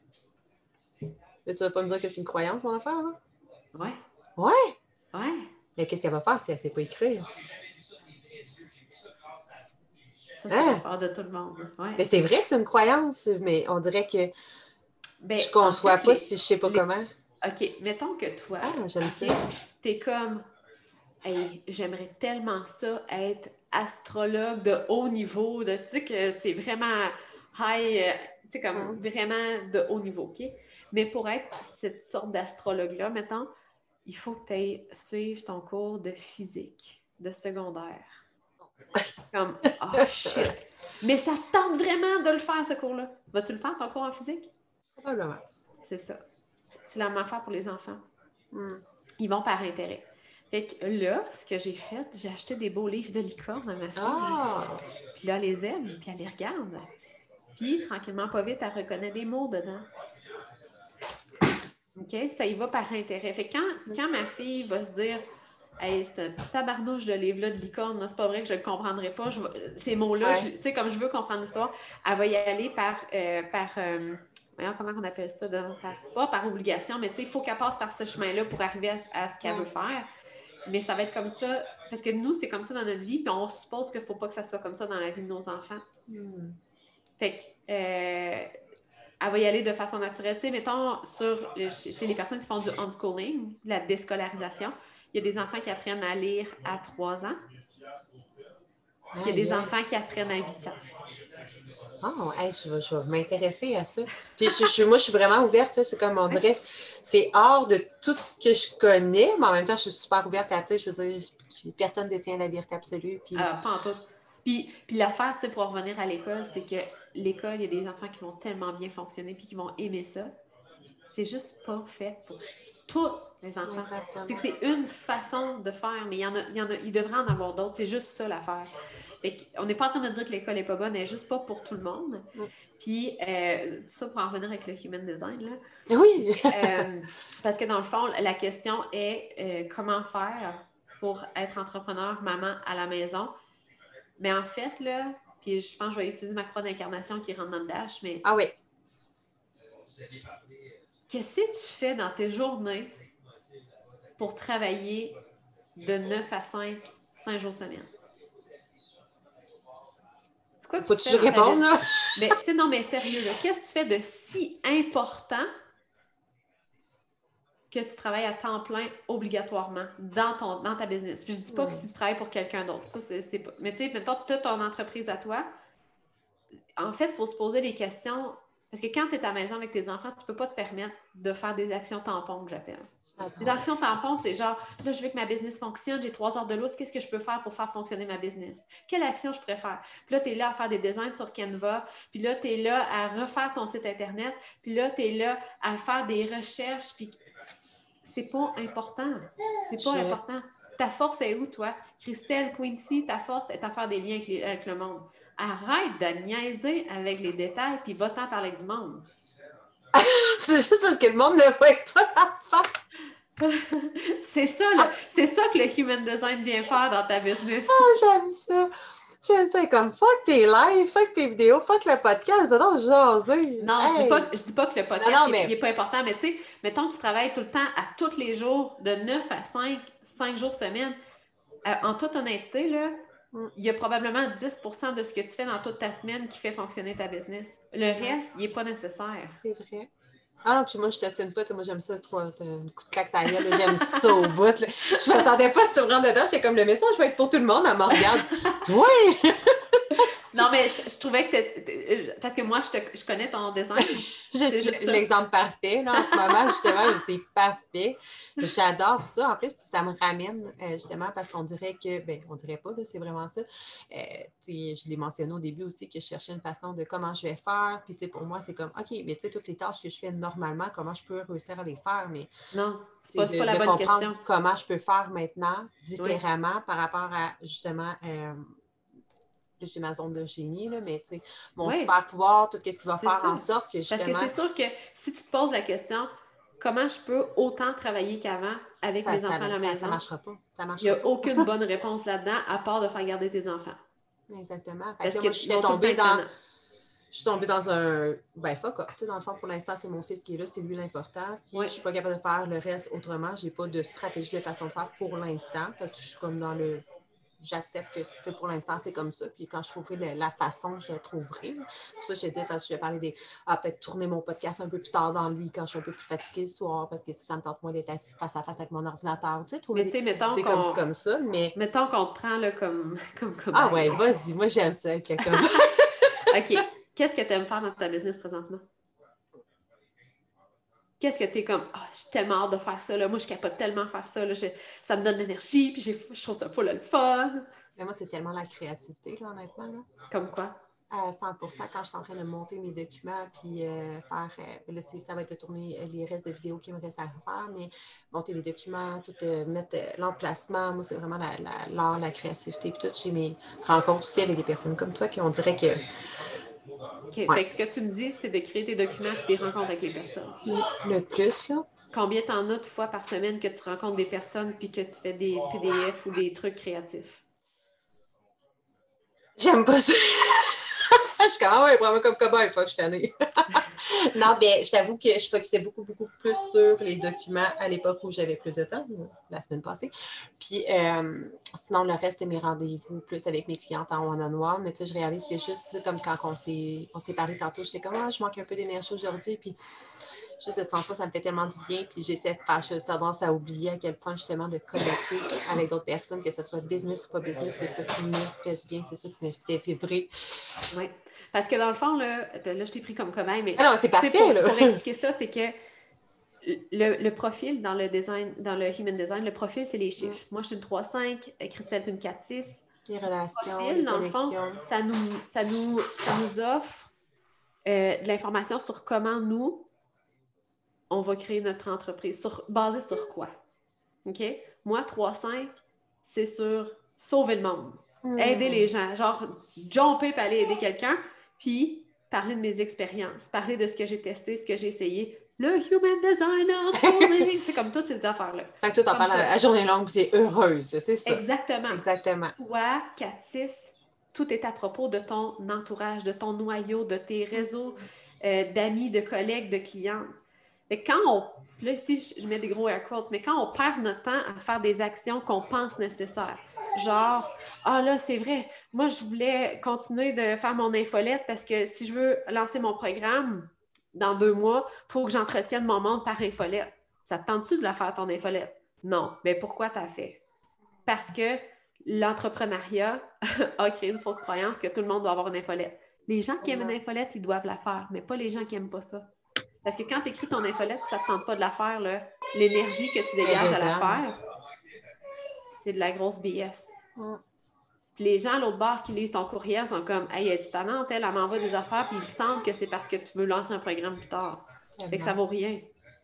Là, tu vas pas me dire que c'est une croyance, mon affaire, là? Ouais. Ouais? Ouais. Mais qu'est-ce qu'elle va faire si elle ne sait pas écrire? Ça, c'est la peur de tout le monde. Ouais. Mais c'est vrai que c'est une croyance, mais on dirait que je conçois pas si je sais pas comment. OK, mettons que toi, j'aime ça. T'es comme, hey, j'aimerais tellement ça, être astrologue de haut niveau, tu sais que c'est vraiment high, tu sais, comme vraiment de haut niveau, OK? Mais pour être cette sorte d'astrologue-là, mettons, il faut que tu ailles suivre ton cours de physique, de secondaire. Comme, oh shit! Mais ça te tente vraiment de le faire, ce cours-là. Vas-tu le faire, ton cours en physique? Probablement. C'est ça. C'est la même affaire pour les enfants. Ils vont par intérêt. Fait que là, ce que j'ai fait, j'ai acheté des beaux livres de licorne à ma fille. Puis là, elle les aime, puis elle les regarde. Puis, tranquillement, pas vite, elle reconnaît des mots dedans. OK? Ça y va par intérêt. Fait que quand ma fille va se dire « Hey, c'est un tabarnouche de livre-là de licorne, là, c'est pas vrai que je le comprendrai pas. Ces mots-là, tu sais, comme je veux comprendre l'histoire, elle va y aller voyons, comment on appelle ça? Pas par obligation, mais tu sais, il faut qu'elle passe par ce chemin-là pour arriver à ce qu'elle veut faire. Mais ça va être comme ça, parce que nous, c'est comme ça dans notre vie, puis on suppose qu'il ne faut pas que ça soit comme ça dans la vie de nos enfants. Fait que, elle va y aller de façon naturelle. Tu sais, mettons, chez les personnes qui font du homeschooling, la déscolarisation, il y a des enfants qui apprennent à lire à 3 ans. Il y a des enfants qui apprennent à 8 ans. Je vais m'intéresser à ça. Puis moi, je suis vraiment ouverte. C'est comme on dirait, c'est hors de tout ce que je connais, mais en même temps, je suis super ouverte à ça. Je veux dire, personne ne détient la vérité absolue. Puis... pas en tout. Puis l'affaire, tu sais, pour revenir à l'école, c'est que l'école, il y a des enfants qui vont tellement bien fonctionner puis qui vont aimer ça. C'est juste pas fait pour tous les enfants. Exactement. C'est que c'est une façon de faire, mais il devrait en avoir d'autres. C'est juste ça l'affaire. On n'est pas en train de dire que l'école n'est pas bonne, elle n'est juste pas pour tout le monde. Puis, ça pour en revenir avec le human design, là. Oui! Parce que dans le fond, la question est comment faire pour être entrepreneur, maman à la maison. Mais en fait, là, puis je pense que je vais utiliser ma croix d'incarnation qui rentre dans le dash, mais... Ah oui! Qu'est-ce que tu fais dans tes journées pour travailler de 9 à 5 jours semaine? quoi que Faut-tu tu fais que je dans ta réponde, business? là? Mais, tu sais, non, mais sérieux, là, qu'est-ce que tu fais de si important que tu travailles à temps plein obligatoirement dans ta business? Puis je dis pas que si tu travailles pour quelqu'un d'autre, ça, c'est pas... Mais tu sais, mettons, tu as ton entreprise à toi, en fait, il faut se poser des questions, parce que quand tu es à la maison avec tes enfants, tu peux pas te permettre de faire des actions tampons, que j'appelle. Les actions tampons, c'est genre, là, je veux que ma business fonctionne, j'ai 3 heures de lousse, qu'est-ce que je peux faire pour faire fonctionner ma business? Quelle action je préfère? Puis là, tu es là à faire des designs sur Canva, puis là, tu es là à refaire ton site Internet, puis là, tu es là à faire des recherches, puis c'est pas important. C'est pas important. Ta force est où, toi? Christelle Quincy, ta force est à faire des liens avec le monde. Arrête de niaiser avec les détails, puis va-t'en parler du monde. C'est juste parce que le monde ne voit pas la face. C'est ça, là. C'est ça que le human design vient faire dans ta business. Ah, j'aime ça. J'aime ça. Comme, fuck tes lives, fuck tes vidéos, fuck le podcast, va donc jaser. Non, Hey. je dis pas que le podcast Non, mais... il est pas important, mais tu sais, mettons que tu travailles tout le temps à tous les jours, de 9 à 5 jours semaine. En toute honnêteté, là, il y a probablement 10% de ce que tu fais dans toute ta semaine qui fait fonctionner ta business. Le reste, il n'est pas nécessaire. C'est vrai. Ah non, puis moi, je t'estime pas. Moi, j'aime ça, toi. T'as un coup de claque sur la gueule. J'aime ça au bout. Là. Je m'attendais pas à se rendre dedans. J'étais comme, le message va être pour tout le monde. Elle me regarde. Toi! Non, mais je trouvais que parce que moi, je connais ton design. Je suis l'exemple parfait, là, en ce moment, justement, c'est parfait. J'adore ça. En plus, ça me ramène, justement, parce qu'on dirait que, on dirait pas, là, c'est vraiment ça. Je l'ai mentionné au début aussi, que je cherchais une façon de comment je vais faire. Puis, pour moi, c'est comme, OK, mais tu sais, toutes les tâches que je fais normalement, comment je peux réussir à les faire? Mais non, c'est pas la de bonne comprendre question. comment je peux faire maintenant différemment par rapport à, justement, j'ai ma zone de génie, là, mais mon super pouvoir, tout ce qui va faire en sorte que justement... Parce que c'est sûr que si tu te poses la question, comment je peux autant travailler qu'avant avec mes enfants à la maison? Ça ne marchera pas. Il n'y a aucune bonne réponse là-dedans, à part de faire garder tes enfants. Exactement. Parce que que moi, je suis tombée dans un... fuck up. Dans le fond, pour l'instant, c'est mon fils qui est là, c'est lui l'important. Puis je suis pas capable de faire le reste autrement. J'ai pas de stratégie, de façon de faire pour l'instant. Fait que je suis comme dans le... J'accepte que pour l'instant, c'est comme ça. Puis quand je trouverai la façon, je la trouverai. Pour ça, je te dis, je vais parler des. Peut-être tourner mon podcast un peu plus tard dans le lit quand je suis un peu plus fatiguée le soir parce que ça me tente moins d'être assis face à face avec mon ordinateur. Tu sais, trouver des idées comme ça. Mais... Mettons qu'on te prend là, comme ah ouais, vas-y. Moi, j'aime ça. OK. Qu'est-ce que tu aimes faire dans ta business présentement? Qu'est-ce que tu es comme, j'ai tellement hâte de faire ça, là. Moi, je capote tellement faire ça, là. Ça me donne de l'énergie, puis je trouve ça full le fun. Mais moi, c'est tellement la créativité, là, honnêtement. Là. Comme quoi? À 100%, quand je suis en train de monter mes documents, puis faire, là, ça va être de tourner les restes de vidéos qui me restent à faire, mais monter les documents, tout mettre l'emplacement, moi, c'est vraiment l'art, la créativité. Puis tout, j'ai mes rencontres aussi avec des personnes comme toi qui on dirait que... OK. Ouais. Fait que ce que tu me dis, c'est de créer tes documents et des rencontres avec les personnes. Le plus, là. Combien t'en as de fois par semaine que tu rencontres des personnes puis que tu fais des PDF ou des trucs créatifs? J'aime pas ça. Je suis comme, prends-moi comme cobaye, fuck, je t'en ai. Non, je t'avoue que je focusais beaucoup, beaucoup plus sur les documents à l'époque où j'avais plus de temps, la semaine passée. Puis, sinon, le reste, c'est mes rendez-vous plus avec mes clientes en one-on-one. Mais tu sais, je réalise que juste comme quand on s'est parlé tantôt, j'étais comme, je manque un peu d'énergie aujourd'hui. Puis, juste de sentir ça me fait tellement du bien. Puis, j'ai cette tendance à oublier à quel point, justement, de connecter avec d'autres personnes, que ce soit business ou pas business, c'est ça qui me fait du bien, c'est ça qui me fait vibrer. Oui. Parce que dans le fond, là je t'ai pris comme cobaye, mais non, c'est parfait, pour expliquer ça, c'est que le profil dans le design, dans le human design, le profil, c'est les chiffres. Moi, je suis une 3-5, Christelle est une 4-6. Les relations, profil, les dans connexions. Le fond, ça nous offre de l'information sur comment nous, on va créer notre entreprise. Basé sur quoi? OK? Moi, 3-5, c'est sur sauver le monde. Aider les gens. Genre, jumper pour aller aider quelqu'un, puis parler de mes expériences, parler de ce que j'ai testé, ce que j'ai essayé. Le human designer, c'est comme toutes ces affaires-là. Fait que toi, t'en parles à journée longue, puis t'es heureuse, c'est ça. Exactement. Exactement. Toi, 4-6, tout est à propos de ton entourage, de ton noyau, de tes réseaux d'amis, de collègues, de clients. Fait que quand on... Là, ici, je mets des gros air quotes, mais quand on perd notre temps à faire des actions qu'on pense nécessaires, genre, ah là, c'est vrai, moi, je voulais continuer de faire mon infolette parce que si je veux lancer mon programme dans 2 mois, il faut que j'entretienne mon monde par infolette. Ça te tente-tu de la faire, ton infolette? Non. Mais pourquoi tu as fait? Parce que l'entrepreneuriat a créé une fausse croyance que tout le monde doit avoir une infolette. Les gens qui aiment une infolette, ils doivent la faire, mais pas les gens qui n'aiment pas ça. Parce que quand tu écris ton infolette, ça ne te tente pas de la faire, là, l'énergie que tu dégages à la faire, c'est de la grosse BS. Puis les gens à l'autre bord qui lisent ton courriel sont comme « Hey, elle est tannante, elle m'envoie des affaires, puis il semble que c'est parce que tu veux lancer un programme plus tard. » Fait que ça vaut rien.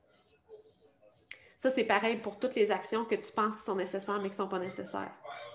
Ça, c'est pareil pour toutes les actions que tu penses qui sont nécessaires, mais qui ne sont pas nécessaires.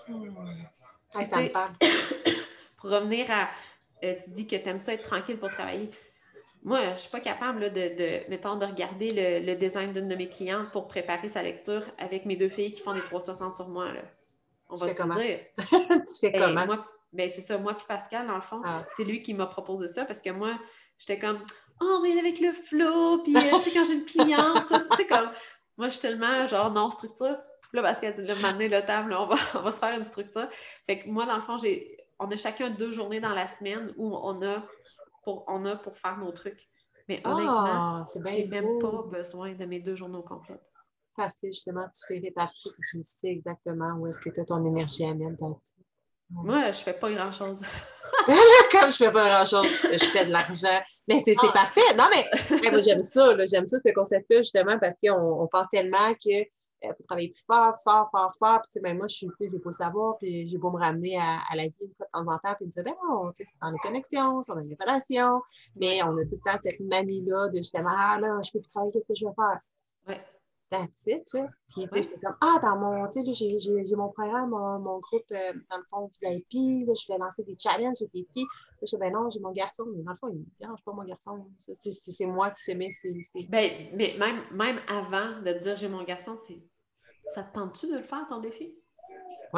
Ça me parle. Pour revenir à... tu dis que tu aimes ça être tranquille pour travailler. Moi, je ne suis pas capable là, mettons, de regarder le design d'une de mes clientes pour préparer sa lecture avec mes 2 filles qui font des 360 sur moi. Là. On va se le dire. Tu fais comment? Moi, c'est ça, moi puis Pascal, dans le fond, c'est lui qui m'a proposé ça parce que moi, j'étais comme « Oh, on va y aller avec le flow, puis tu sais, quand j'ai une cliente, tu sais, comme... » Moi, je suis tellement, genre, non-structure. Puis là, parce que là, maintenant, le table, là, on va se faire une structure. Fait que moi, dans le fond, on a chacun 2 journées dans la semaine où on a pour faire nos trucs. Mais honnêtement, j'ai même pas besoin de mes 2 journées complètes. Parce que justement, tu fais répartir et tu sais exactement où est-ce que tu as ton énergie à mettre dans Moi, je fais pas grand-chose. Comme je fais pas grand-chose, je fais de l'argent. Mais c'est parfait. Non, mais moi, j'aime ça. Là, j'aime ça, ce concept-là, justement, parce qu'on pense tellement que faut travailler plus fort. Puis, ben, moi, j'ai beau savoir, puis j'ai beau me ramener à la vie une fois de temps en temps, puis me dire, ben non, c'est dans les connexions, c'est dans les relations. Mais on a tout le temps cette manie-là de justement, ah là, je peux plus travailler, qu'est-ce que je vais faire? Ouais. That's it, là. Puis, tu sais, j'étais comme, dans mon, tu sais, j'ai mon programme, mon groupe, dans le fond, VIP, là, je voulais lancer des challenges, j'ai des filles. Là, je dis, ben non, j'ai mon garçon, mais dans le fond, il ne dérange pas mon garçon. C'est moi qui se met, Ben, mais même avant de dire j'ai mon garçon, ça te tente-tu de le faire, ton défi? Oui.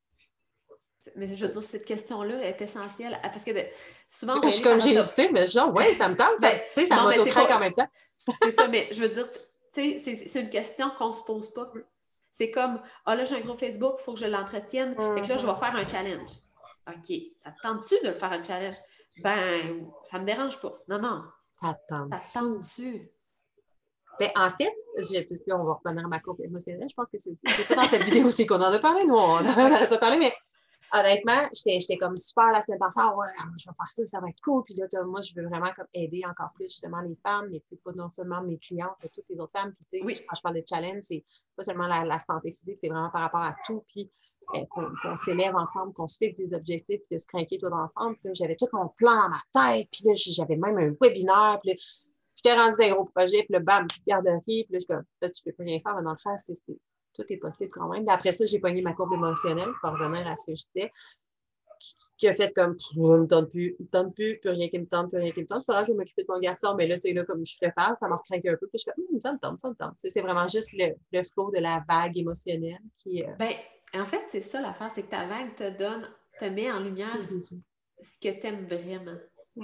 Mais je veux dire, cette question-là est essentielle, parce que souvent, je suis comme, j'ai hésité, mais genre, ouais, ça me tente, tu sais, ça m'auto-craque en même temps. C'est ça, mais je veux dire, tu sais, c'est une question qu'on ne se pose pas. C'est comme, là, j'ai un groupe Facebook, il faut que je l'entretienne. Fait que là, je vais faire un challenge. OK, ça te tente-tu de le faire un challenge? Ben, ça me dérange pas. Non. Ça te tente-tu? Ben, en fait, on va revenir à ma courbe émotionnelle. Je pense que c'est pas dans cette vidéo aussi qu'on en a parlé. Nous, on en a parlé, mais honnêtement, j'étais comme super la semaine passée. Ouais, je vais faire ça va être cool. Puis là, moi, je veux vraiment comme aider encore plus justement les femmes, mais pas non seulement mes clientes, mais toutes les autres femmes. Puis, quand je parle de challenge, c'est pas seulement la santé physique, c'est vraiment par rapport à tout. Puis, qu'on s'élève ensemble, qu'on se fixe des objectifs, puis de se craquer tout ensemble. Puis là, j'avais tout mon plan dans ma tête. Puis là, j'avais même un webinaire. Puis là, j'étais rendue dans un gros projet, puis là, bam, garderie, puis là, je suis comme, tu peux plus rien faire, mais dans le fond, tout est possible quand même. Puis après ça, j'ai pogné ma courbe émotionnelle pour revenir à ce que je disais, qui a fait comme, ça me tente plus, plus rien qui me tente. C'est pas grave, je vais m'occuper de mon garçon, mais là, tu sais, là, comme je te parle, ça m'a recraqué un peu, puis je suis comme, ça me tente. C'est vraiment juste le flow de la vague émotionnelle qui... Ben, en fait, c'est ça l'affaire, c'est que ta vague te met en lumière ce que tu aimes vraiment.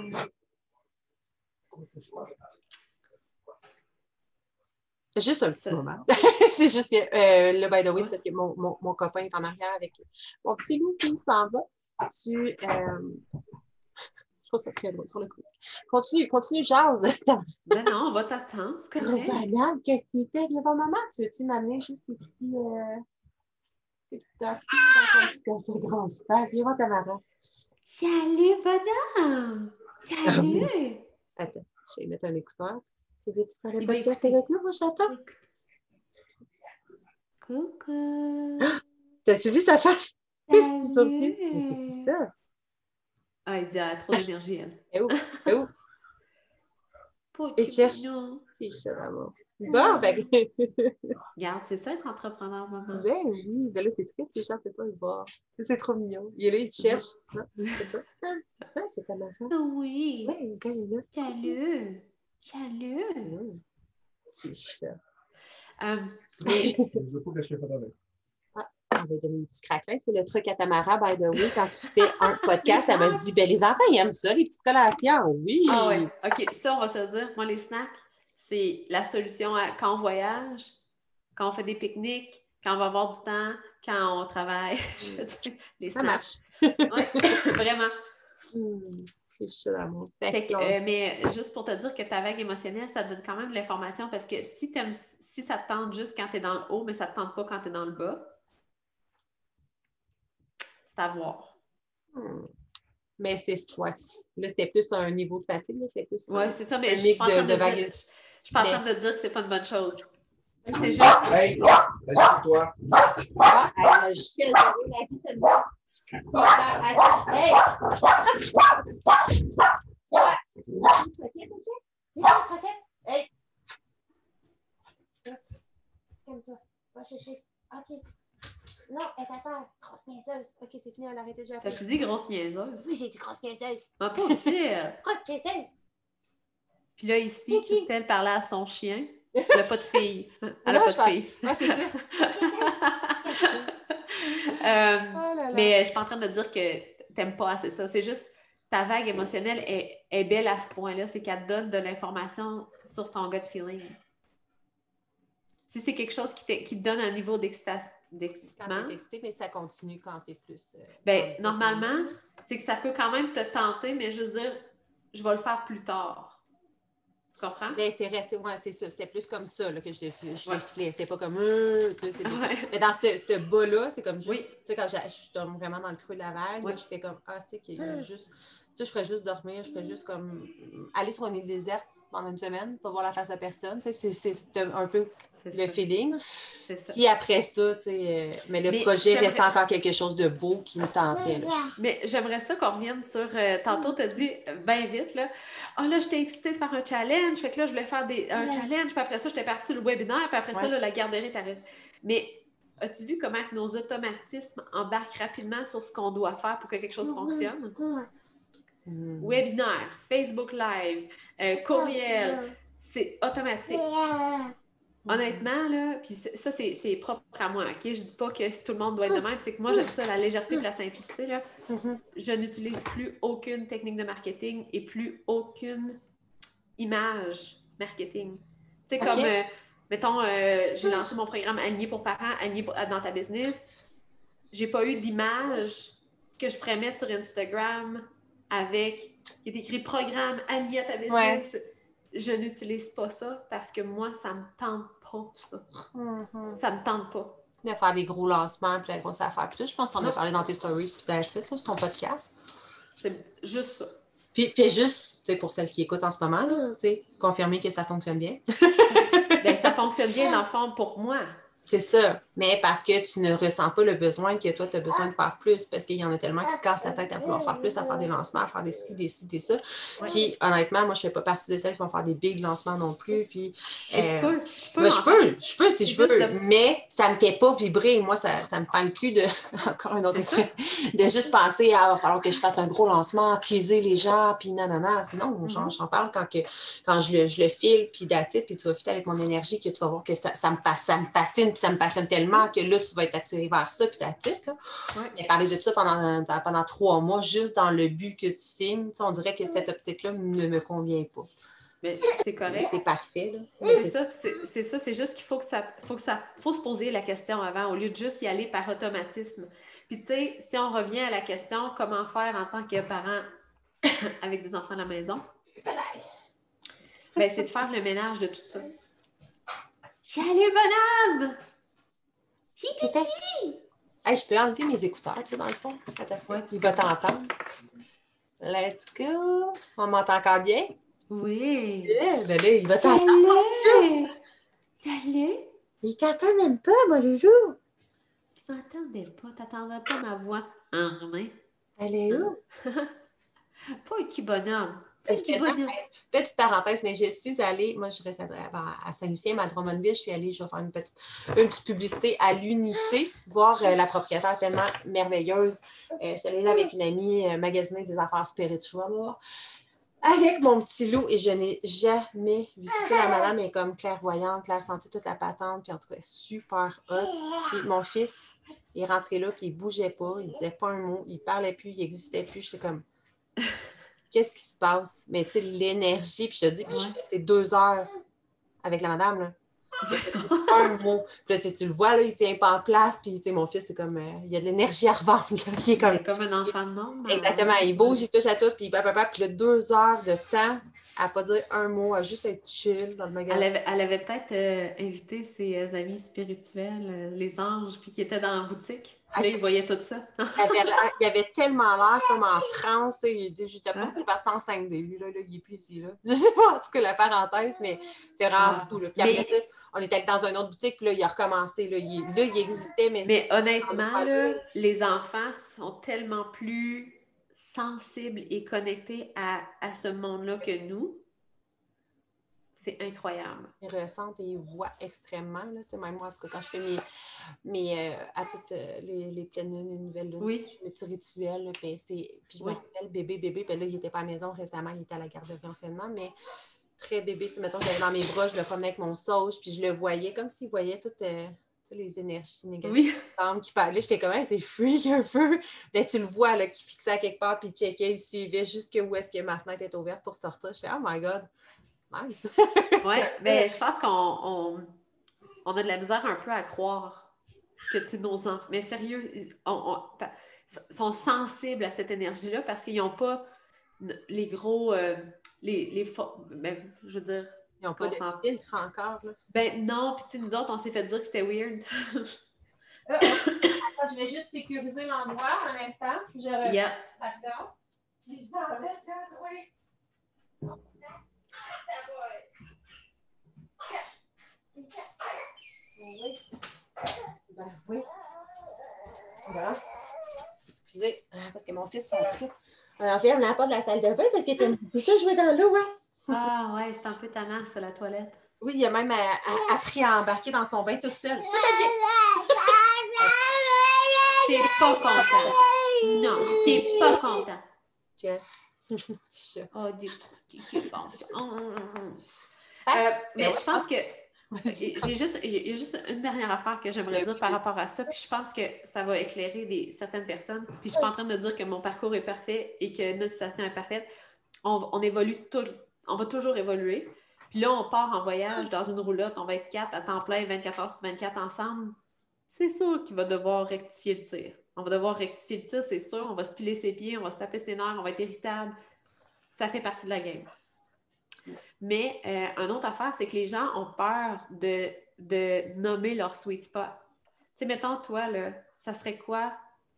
C'est juste un petit moment. C'est juste que, le by the way, c'est parce que mon copain est en arrière avec mon petit loup qui s'en va. Je trouve ça très drôle sur le coup. Continue, jase. Ben non, on va t'attendre, c'est correct. Regarde, qu'est-ce qu'il fait? Viens voir maman. Tu veux-tu m'amener juste ces petits dans ton petit grand espace? Viens voir ta maman. Salut, bonhomme! Salut! Attends, je vais mettre un écouteur. Tu veux-tu faire un podcast avec nous, mon chaton? Coucou! T'as-tu vu sa face? Salut! Mais c'est qui ça? Ah, il dit, elle a trop d'énergie, elle. Et où? Petit cherche. C'est ça, maman. Bon, fait regarde, c'est ça être entrepreneur, maman. Ben oui, ben là, c'est triste, les gens ne peuvent pas le voir. C'est trop mignon. Il est là, il te cherche. Non, c'est pas. Ah, c'est ta maman. Oui. Oui, quand il est là. Salut. C'est chat. Mais... Je veux pas que je fais avec. On va donner un petit craquelin. C'est le truc à Tamara, by the way. Quand tu fais un podcast, elle m'a dit, ben les enfants, ils aiment ça, les petites collations. Oui. Ah ouais. OK, ça, on va se le dire. Moi, les snacks, c'est la solution quand on voyage, quand on fait des pique-niques, quand on va avoir du temps, quand on travaille. Je veux dire, les Ça snacks. marche. Oui, vraiment. C'est ça, l'amour. Mais juste pour te dire que ta vague émotionnelle, ça te donne quand même de l'information parce que si ça te tente juste quand tu es dans le haut, mais ça te tente pas quand tu es dans le bas, c'est à voir. Mais c'est soit. Là, c'était plus un niveau de fatigue. C'est plus Oui, c'est ça, mais un je suis mix pas en train de de vagues. dire. Je suis pas en train de dire que c'est pas une bonne chose. C'est juste. Hey, assieds-toi. Ah, je suis la vie tellement. Hey! Hey! Calme-toi. Va chercher. OK. Non, elle est à terre. Grosse niaiseuse. OK, c'est fini, elle a arrêté déjà. T'as-tu dit grosse niaiseuse? Oui, j'ai dit grosse niaiseuse. Ah, pas dire. Grosse niaiseuse. Puis là, ici, Christelle parlait à son chien. Elle n'a pas de fille. Elle a Non, pas de fille. Ouais, c'est ça. Oh là là. Mais je suis pas en train de dire que t'aimes pas assez ça. C'est juste ta vague émotionnelle est belle à ce point-là. C'est qu'elle te donne de l'information sur ton gut feeling. Si c'est quelque chose qui te donne un niveau Quand d'excitement, t'es excité, mais ça continue quand t'es plus. normalement, c'est que ça peut quand même te tenter, mais je veux dire, je vais le faire plus tard. Tu comprends? Mais c'est resté, ouais, c'est ça. C'était plus comme ça là, que je défilais. C'était pas comme. Tu sais, Ouais. Mais dans ce bas-là, c'est comme juste. Oui. Tu sais, quand je tombe vraiment dans le creux de la vague, Oui. là, je fais comme. Ah, tu sais, qu'il y a juste. Tu sais, je ferais juste dormir. Je ferais juste comme. Aller sur une île déserte pendant une semaine, pas voir la face de personne. Tu sais, c'est un peu le feeling. C'est ça. Puis après ça, tu sais. Mais le projet restait encore quelque chose de beau qui me tentait. Là. Mais j'aimerais ça qu'on revienne sur. Tantôt, tu as dit bien vite, là. Ah, là, j'étais excitée de faire un challenge. Fait que là, je voulais faire un challenge. Puis après ça, j'étais partie sur le webinaire. Puis après ça, là, la garderie t'arrête. Mais as-tu vu comment nos automatismes embarquent rapidement sur ce qu'on doit faire pour que quelque chose fonctionne? Webinaire, Facebook Live, courriel, c'est automatique. Honnêtement, là, puis ça, c'est propre à moi, OK? Je dis pas que tout le monde doit être de même, c'est que moi, j'aime ça, la légèreté et la simplicité, là. Je n'utilise plus aucune technique de marketing et plus aucune image marketing. Tu sais, comme, mettons, j'ai lancé mon programme Aligné pour parents, Aligné dans ta business. J'ai pas eu d'image que je pourrais mettre sur Instagram avec, qui est écrit programme Aligné à ta business. Ouais. Je n'utilise pas ça parce que moi, ça me tente pas, ça. Ça me tente pas. De faire des gros lancements, puis la grosse affaire. Puis tout, je pense que t'en as parlé dans tes stories, puis dans le titre, sur ton podcast. C'est juste ça. Puis juste, tu sais, pour celles qui écoutent en ce moment, tu sais, confirmer que ça fonctionne bien. Ça fonctionne bien, dans le fond, pour moi. C'est ça. Mais parce que tu ne ressens pas le besoin que toi, tu as besoin de faire plus, parce qu'il y en a tellement qui se cassent la tête à vouloir faire plus, à faire des lancements, à faire des ci, des ça. Ouais. Puis, honnêtement, moi, je ne fais pas partie de celles qui vont faire des big lancements non plus. Puis, je peux si je veux, mais ça ne me fait pas vibrer. Moi, ça me prend le cul de, encore un autre extrait, de juste penser à, il va falloir que je fasse un gros lancement, teaser les gens, puis nanana. Sinon, j'en parle quand je le file, puis d'attitude, puis tu vas fitter avec mon énergie, que tu vas voir que ça me fascine. Puis ça me passionne tellement que là, tu vas être attiré vers ça, puis ta titre. Mais parler de ça pendant 3 mois, juste dans le but que tu signes, on dirait que cette optique-là ne me convient pas. Mais c'est correct. C'est parfait. Là. C'est ça. C'est juste qu'il faut se poser la question avant, au lieu de juste y aller par automatisme. Puis tu sais, si on revient à la question, comment faire en tant que parent avec des enfants à la maison, c'est de faire le ménage de tout ça. Salut, bonhomme! C'est fait. Hey, je peux enlever mes écouteurs, tu sais, dans le fond. Il va t'entendre. Let's go! On m'entend encore bien? Oui. Ben là, il va t'entendre. Salut! Il t'entend même pas, mon loulou. Tu m'entendais pas, t'attendais pas ma voix en main. Elle est où? Pas un petit bonhomme. Petite parenthèse, mais je suis allée, moi je reste à Saint-Lucien, à Drummondville, je vais faire une petite publicité à l'unité, voir la propriétaire tellement merveilleuse. Je suis allée là avec une amie magasiner des affaires spirituelles, avec mon petit loup, et je n'ai jamais vu ça. La madame est comme clairvoyante, clair-sentie, toute la patente, puis en tout cas, super hot. Puis mon fils, il est rentré là, puis il bougeait pas, il disait pas un mot, il parlait plus, il existait plus, j'étais comme... Qu'est-ce qui se passe? Mais tu sais, l'énergie, puis je te dis, puis je suis restée 2 heures avec la madame, là. Un mot. Puis là, tu le vois, là, il tient pas en place. Puis, mon fils, c'est comme, il y a de l'énergie à revendre. Là. Il est comme un enfant normal. Exactement. Il bouge, il touche à tout. Puis, puis là, 2 heures de temps à pas dire un mot, à juste être chill dans le magasin. Elle avait peut-être invité ses amis spirituels, les anges, puis qui étaient dans la boutique. Puis là, ils voyaient tout ça. Il avait tellement l'air comme en transe. J'étais pas parti en 5D. Lui, là, il est plus ici. Là. Je sais pas, en tout cas, la parenthèse, mais c'est vraiment fou. Là. Puis après, on était allé dans une autre boutique, puis là, il a recommencé. Là, il existait, mais honnêtement, là, les enfants sont tellement plus sensibles et connectés à ce monde-là que nous. C'est incroyable. Ils ressentent et ils voient extrêmement. Là, même moi, en tout cas, quand je fais mes à toutes les pleines lunes, les nouvelles lunes, je fais mes petits rituels. Là, puis je me rappelle bébé. Puis là, il n'était pas à la maison récemment, il était à la garderie anciennement, mais très bébé. Mettons, j'avais dans mes bras, je me promenais avec mon sauge, puis je le voyais comme s'il voyait toutes les énergies négatives qui parlaient. J'étais comme, c'est freak un peu. Ben, tu le vois, là, qui fixait à quelque part, puis il checkait, il suivait jusqu'où est-ce que ma fenêtre était ouverte pour sortir. J'étais, oh my God! Nice. Oui, mais je pense qu'on a de la misère un peu à croire que nos enfants. Mais sérieux, sont sensibles à cette énergie-là parce qu'ils n'ont pas les gros. Je veux dire. Ils n'ont pas de filtre encore. Là. Ben non, puis nous autres, on s'est fait dire que c'était weird. Attends, je vais juste sécuriser l'endroit un instant. Puis je reviens. Yep. Attends. Puis je t'en laisse, oui. Oui. Voilà. Excusez, parce que mon fils s'en trip. Alors, ferme la porte de la salle de bain parce qu'il était beaucoup ça jouer dans l'eau, hein? Ah ouais, c'est un peu tannant, ça, la toilette. Oui, il a même appris à embarquer dans son bain toute seule. T'es pas content. Non, t'es pas content. Oh, des trucs, mais je pense que il y a juste une dernière affaire que j'aimerais dire par rapport à ça, puis je pense que ça va éclairer certaines personnes. Puis je suis pas en train de dire que mon parcours est parfait et que notre situation est parfaite. On évolue on va toujours évoluer. Puis là, on part en voyage dans une roulotte, on va être 4 à temps plein, 24 heures sur 24 ensemble. C'est sûr qu'il va devoir rectifier le tir. On va devoir rectifier le tir, c'est sûr. On va se piler ses pieds, on va se taper ses nerfs, on va être irritable. Ça fait partie de la game. Mais une autre affaire, c'est que les gens ont peur de nommer leur sweet spot. Tu sais, mettons, toi, là, ça serait quoi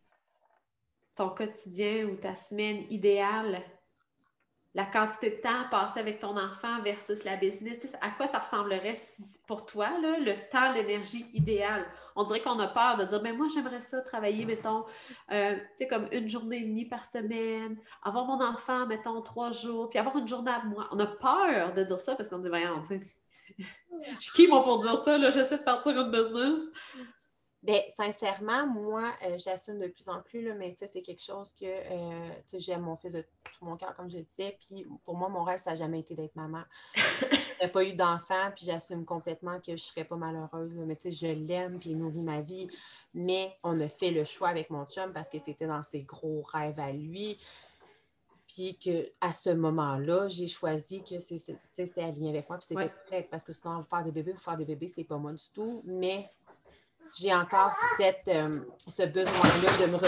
ton quotidien ou ta semaine idéale? La quantité de temps passé avec ton enfant versus la business, à quoi ça ressemblerait pour toi, là, le temps, l'énergie idéale? On dirait qu'on a peur de dire, mais moi, j'aimerais ça travailler, mettons, comme 1 journée et demie par semaine, avoir mon enfant, mettons, 3 jours, puis avoir une journée à moi. On a peur de dire ça parce qu'on dit, voyons, tu sais, je suis qui, moi, pour dire ça, là, j'essaie de partir une business. Bien, sincèrement, moi, j'assume de plus en plus, là, mais c'est quelque chose que j'aime mon fils de tout mon cœur, comme je disais. Puis pour moi, mon rêve, ça n'a jamais été d'être maman. Je n'ai pas eu d'enfant, puis j'assume complètement que je ne serais pas malheureuse. Là, mais je l'aime, puis il nourrit ma vie. Mais on a fait le choix avec mon chum parce que c'était dans ses gros rêves à lui. Puis qu'à ce moment-là, j'ai choisi que c'était aligné avec moi. Puis c'était correct parce que sinon, faire des bébés, c'était pas moi du tout. Mais j'ai encore ce besoin-là de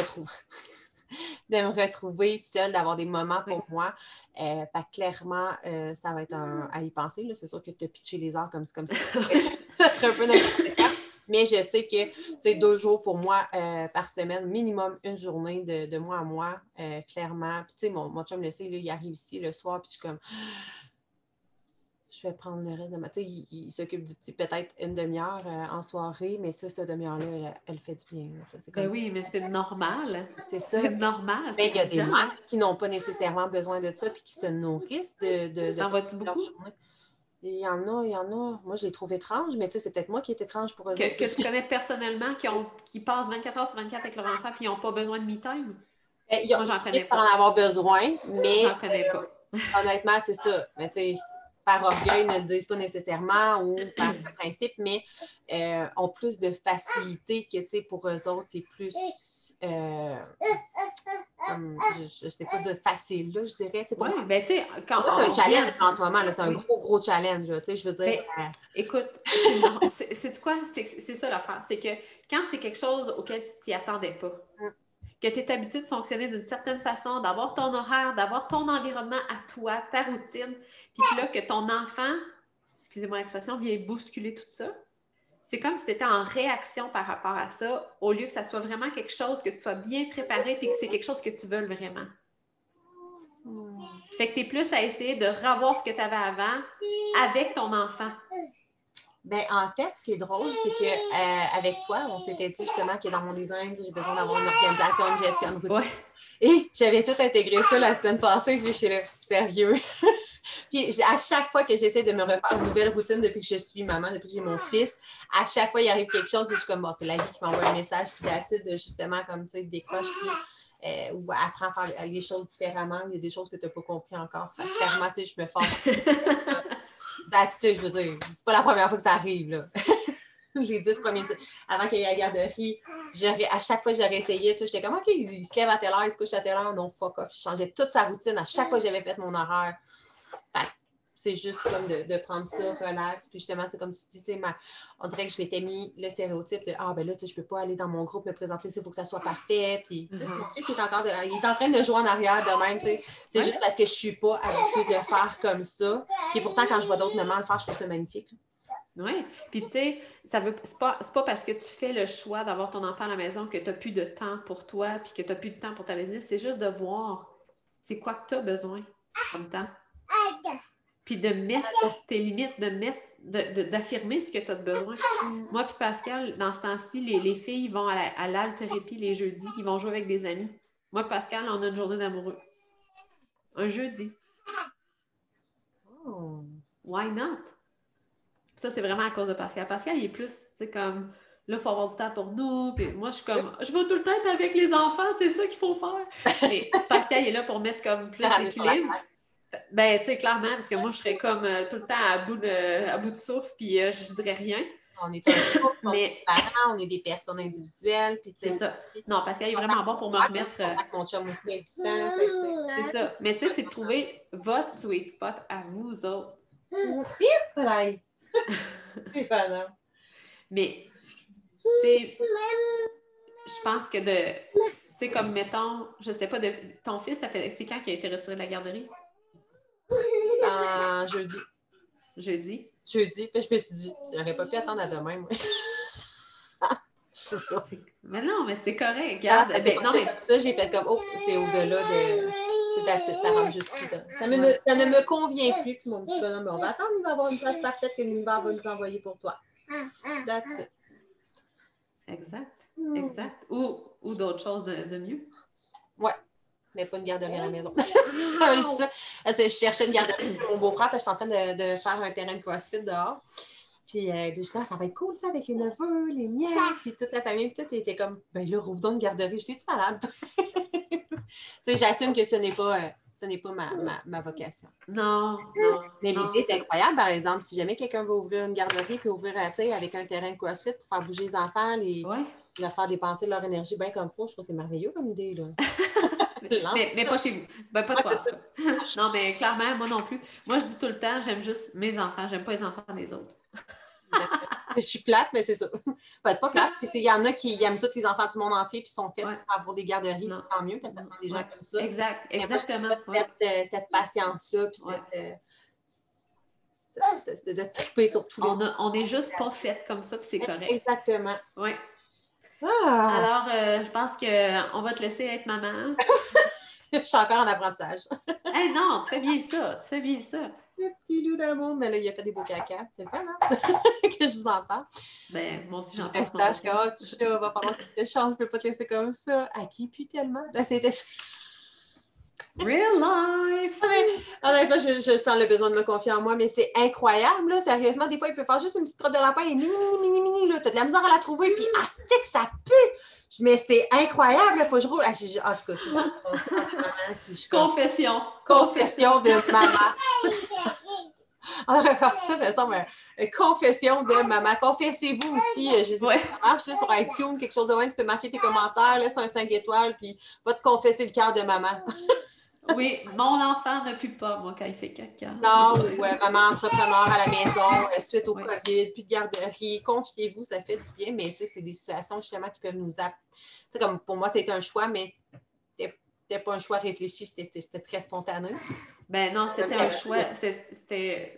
me retrouver seule, d'avoir des moments pour moi. Fait que clairement, ça va être à y penser. Là. C'est sûr que tu as pitché les heures comme ça. Ça serait un peu n'importe quoi. Mais je sais que 2 jours pour moi par semaine, minimum 1 journée de moi à moi, clairement. Puis tu sais, mon chum le sait, là, il arrive ici le soir, puis je suis comme... Je vais prendre le reste de ma... Tu sais, il s'occupe du petit peut-être 1 demi-heure en soirée, mais ça, cette demi-heure-là, elle fait du bien. Ça, c'est comme... Ben oui, mais c'est normal. C'est ça. C'est normal. Mais il y a des mères qui n'ont pas nécessairement besoin de ça puis qui se nourrissent de T'en vois-tu beaucoup? Il y en a. Moi, je les trouve étranges, mais tu sais, c'est peut-être moi qui est étrange pour eux. Que tu connais personnellement, qui passent 24 heures sur 24 avec leur enfant puis ils n'ont pas besoin de me-time? Moi, j'en connais pas. Pour en avoir besoin, mais... J'en connais pas. Honnêtement, c'est ça. Mais tu sais, par orgueil, ils ne le disent pas nécessairement ou par principe, mais ont plus de facilité que, tu sais, pour eux autres, c'est plus... comme, je sais pas dire facile, là, je dirais. Oui, ben tu sais, quand moi, c'est un on challenge vient... en ce moment, là, c'est un Oui. gros challenge, là, tu sais, je veux dire. Ben, écoute, c'est quoi? C'est ça l'affaire. C'est que quand c'est quelque chose auquel tu t'y attendais pas, que tu es habitué de fonctionner d'une certaine façon, d'avoir ton horaire, d'avoir ton environnement à toi, ta routine, puis que là, que ton enfant, excusez-moi l'expression, vient bousculer tout ça, c'est comme si tu étais en réaction par rapport à ça, au lieu que ça soit vraiment quelque chose que tu sois bien préparé et que c'est quelque chose que tu veux vraiment. Fait que tu es plus à essayer de revoir ce que tu avais avant avec ton enfant. Ben, en fait, ce qui est drôle, c'est que avec toi, on s'était dit justement que dans mon design, j'ai besoin d'avoir une organisation, une gestion de routine. Ouais. Et j'avais tout intégré ça la semaine passée, puis je suis là, sérieux. Puis à chaque fois que j'essaie de me refaire une nouvelle routine depuis que je suis maman, depuis que j'ai mon fils, à chaque fois, il arrive quelque chose, et je suis comme, bon, c'est la vie qui m'envoie un message, puis d'attitude, justement, comme, tu sais, décroche, puis ou apprends à faire les choses différemment. Il y a des choses que tu n'as pas compris encore. Fait que, clairement, tu sais, je me fâche. Je veux dire, c'est pas la première fois que ça arrive, là. Les 10 premiers temps. Avant qu'il y ait la garderie, à chaque fois que j'aurais essayé, j'étais comme, OK, il se lève à telle heure, il se couche à telle heure, non, fuck off. Je changeais toute sa routine à chaque fois que j'avais fait mon horaire. Fait, c'est juste comme de prendre ça, relax. Puis justement, comme tu dis, on dirait que je m'étais mis le stéréotype de ben là, je peux pas aller dans mon groupe me présenter, il faut que ça soit parfait. Puis mon fils il est en train de jouer en arrière de même. C'est juste parce que je suis pas habituée de le faire comme ça. Puis pourtant, quand je vois d'autres mamans le faire, je trouve ça magnifique. Oui. Puis tu sais, c'est pas parce que tu fais le choix d'avoir ton enfant à la maison que tu n'as plus de temps pour toi puis que tu n'as plus de temps pour ta business. C'est juste de voir c'est quoi que tu as besoin comme temps. Puis de mettre tes limites, d'affirmer ce que tu as de besoin. Moi puis Pascal, dans ce temps-ci, les filles vont à l'altérépi les jeudis, ils vont jouer avec des amis. Moi et Pascal, on a une journée d'amoureux. Un jeudi. Oh. Why not? Ça, c'est vraiment à cause de Pascal. Pascal, il est plus, tu sais, comme, là, il faut avoir du temps pour nous. Puis moi, je suis comme, je veux tout le temps être avec les enfants, c'est ça qu'il faut faire. Mais Pascal, il est là pour mettre comme plus d'équilibre. Ben, tu sais, clairement, parce que moi, je serais comme tout le temps à bout de souffle, puis je dirais rien. On est un couple, on est des parents, on est des personnes individuelles. C'est ça. Non, Pascal est vraiment bon pour me remettre. Mon chum aussi, c'est ça. Mais tu sais, c'est de trouver votre sweet spot à vous autres. C'est fun, mais, tu sais, je pense que tu sais, comme mettons, je sais pas, ton fils, c'est quand qu'il a été retiré de la garderie? Jeudi. Jeudi? Jeudi. Puis je me suis dit, j'aurais pas pu attendre à demain, moi. Mais non, mais c'est correct. Regarde. Ça, j'ai fait comme, c'est au-delà de. Ça rentre juste plus dedans. Ça ne me convient plus. Puis mon petit bonhomme, on va attendre, il va avoir une place parfaite que l'univers va nous envoyer pour toi. That's it. Exact. Ou d'autres choses de mieux. Ouais. Mais pas une garderie à la maison. Je cherchais une garderie pour mon beau-frère parce que j'étais en train de faire un terrain de CrossFit dehors. Puis je disais, ça va être cool, ça, avec les neveux, les nièces, puis toute la famille. Puis tout était comme, ben là, rouvre donc une garderie. Je dis, tu malade? J'assume que ce n'est pas ma vocation. Non. Mais l'idée est incroyable, par exemple. Si jamais quelqu'un veut ouvrir une garderie puis ouvrir, avec un terrain de CrossFit pour faire bouger les enfants, leur faire dépenser leur énergie bien comme faut, je trouve que c'est merveilleux comme idée, là. mais pas chez vous. Ben, pas toi, en tout cas. Non, mais clairement, moi non plus. Moi, je dis tout le temps, j'aime juste mes enfants. J'aime pas les enfants des autres. Je suis plate, mais c'est ça. Ben, c'est pas plate. Il y en a qui aiment tous les enfants du monde entier et sont faits pour avoir des garderies, tant mieux, parce que ça prend des gens comme ça. Exactement. Cette patience-là, puis de triper sur tous les on n'est juste pas faites comme ça, puis c'est correct. Exactement. Oui. Alors, je pense qu'on va te laisser être maman. Je suis encore en apprentissage. Non, tu fais bien ça. Le petit loup d'amour, mais là, il a fait des beaux caca. C'est pas mal que je vous en parle. Ben, moi aussi, j'en parle. Il va falloir que je change, je peux pas te laisser comme ça. À qui pue tellement? C'était real life! Honnêtement, je sens le besoin de me confier en moi, mais c'est incroyable, là. Sérieusement, des fois, il peut faire juste une petite crotte de lapin et mini, là. T'as de la misère à la trouver, puis que ça pue! Mais c'est incroyable, il faut que je roule. En tout cas, c'est Confession de maman. On devrait faire ça, mais ça, une confession de maman. Confessez-vous aussi. Je sais pas comment ça marche là, sur iTunes, quelque chose de même. Tu peux marquer tes commentaires, laisse un 5 étoiles, puis va te confesser le cœur de maman. Oui, mon enfant ne pue pas, moi, quand il fait caca. Non, maman entrepreneur à la maison, suite au COVID, puis de garderie. Confiez-vous, ça fait du bien, mais tu sais, c'est des situations justement qui peuvent nous... Tu sais, comme pour moi, c'était un choix, mais c'était pas un choix réfléchi, c'était très spontané. Ben non, c'était un choix. C'était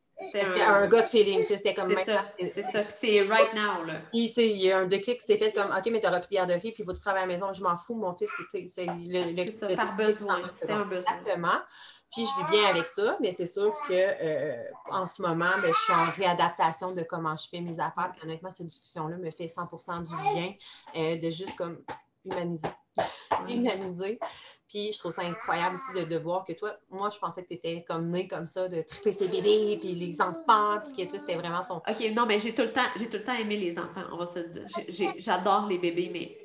un gut feeling, c'était comme maintenant. C'est ça. Puis c'est right now, là. Puis, tu sais, il y a un déclic qui s'est fait comme, OK, mais t'auras plus de garderie, puis faut-tu travailler à la maison, je m'en fous, mon fils, c'est ça, par besoin. C'était un besoin. Exactement. Puis, je vis bien avec ça, mais c'est sûr que en ce moment, ben, je suis en réadaptation de comment je fais mes affaires. Puis, honnêtement, cette discussion-là me fait 100% du bien de juste comme humaniser. Humaniser. Puis je trouve ça incroyable aussi de voir que toi, moi, je pensais que tu étais comme née comme ça, de triper ses bébés, puis les enfants, puis que c'était vraiment ton... OK, non, mais j'ai tout le temps aimé les enfants, on va se le dire. J'adore les bébés, mais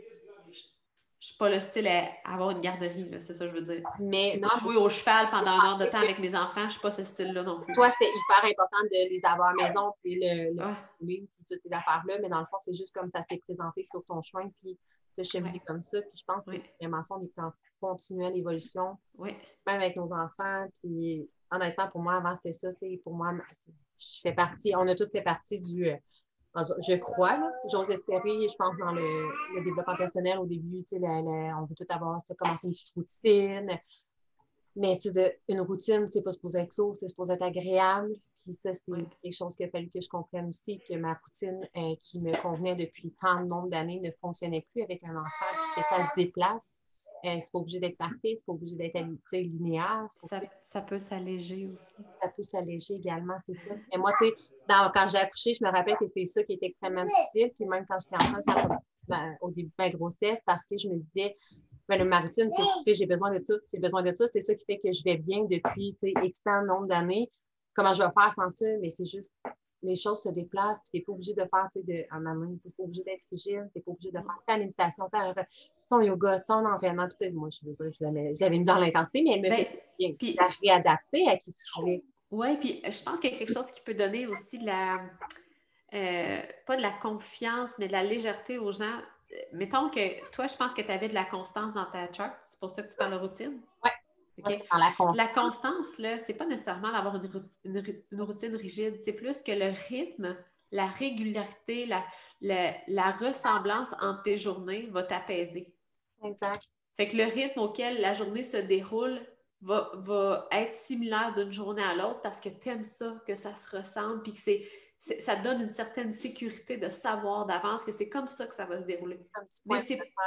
je suis pas le style à avoir une garderie, là, c'est ça que je veux dire. Mais non, jouer au cheval pendant 1 heure de temps avec mes enfants, je suis pas ce style-là non plus. Toi, c'était hyper important de les avoir à la maison, puis puis toutes ces affaires-là, mais dans le fond, c'est juste comme ça s'est présenté sur ton chemin, puis tu as cheminé comme ça, puis je pense que vraiment ça, on est en continuelle évolution, même avec nos enfants, puis honnêtement, pour moi, avant, c'était ça, tu sais, pour moi, je fais partie, on a toutes fait partie du... je crois, là, j'ose espérer, je pense, dans le développement personnel, au début, tu sais, on veut tout avoir, commencer une petite routine, mais tu sais, une routine, c'est pas supposé être lourd, c'est supposé être agréable. Puis ça, c'est quelque chose qu'il a fallu que je comprenne aussi, que ma routine qui me convenait depuis tant de nombre d'années ne fonctionnait plus avec un enfant, puis que ça se déplace. C'est pas obligé d'être parfait, c'est pas obligé d'être linéaire. Ça peut s'alléger aussi. Ça peut s'alléger également, c'est ça. Et moi, tu sais, quand j'ai accouché, je me rappelle que c'était ça qui était extrêmement difficile. Puis même quand j'étais enceinte, au début de ma grossesse, parce que je me disais, ma routine, j'ai besoin de ça. J'ai besoin de ça. C'est ça qui fait que je vais bien depuis X temps nombre d'années. Comment je vais faire sans ça? Mais c'est juste, les choses se déplacent. Tu n'es pas obligé de faire un moment. Tu n'es pas obligé d'être rigide. Tu n'es pas obligé de faire ta méditation, ton yoga, ton entraînement. Puis, moi, je l'avais mis dans l'intensité, mais elle me fait bien. Puis la réadapter à qui tu es. Oui, puis je pense qu'il y a quelque chose qui peut donner aussi de la... pas de la confiance, mais de la légèreté aux gens. Mettons que toi, je pense que tu avais de la constance dans ta chart. C'est pour ça que tu parles de routine? Oui. Okay. La constance, là, c'est pas nécessairement d'avoir une routine rigide. C'est plus que le rythme, la régularité, la ressemblance entre tes journées va t'apaiser. Exact. Fait que le rythme auquel la journée se déroule va être similaire d'une journée à l'autre parce que tu aimes ça, que ça se ressemble, puis que ça te donne une certaine sécurité de savoir d'avance que c'est comme ça que ça va se dérouler. Mais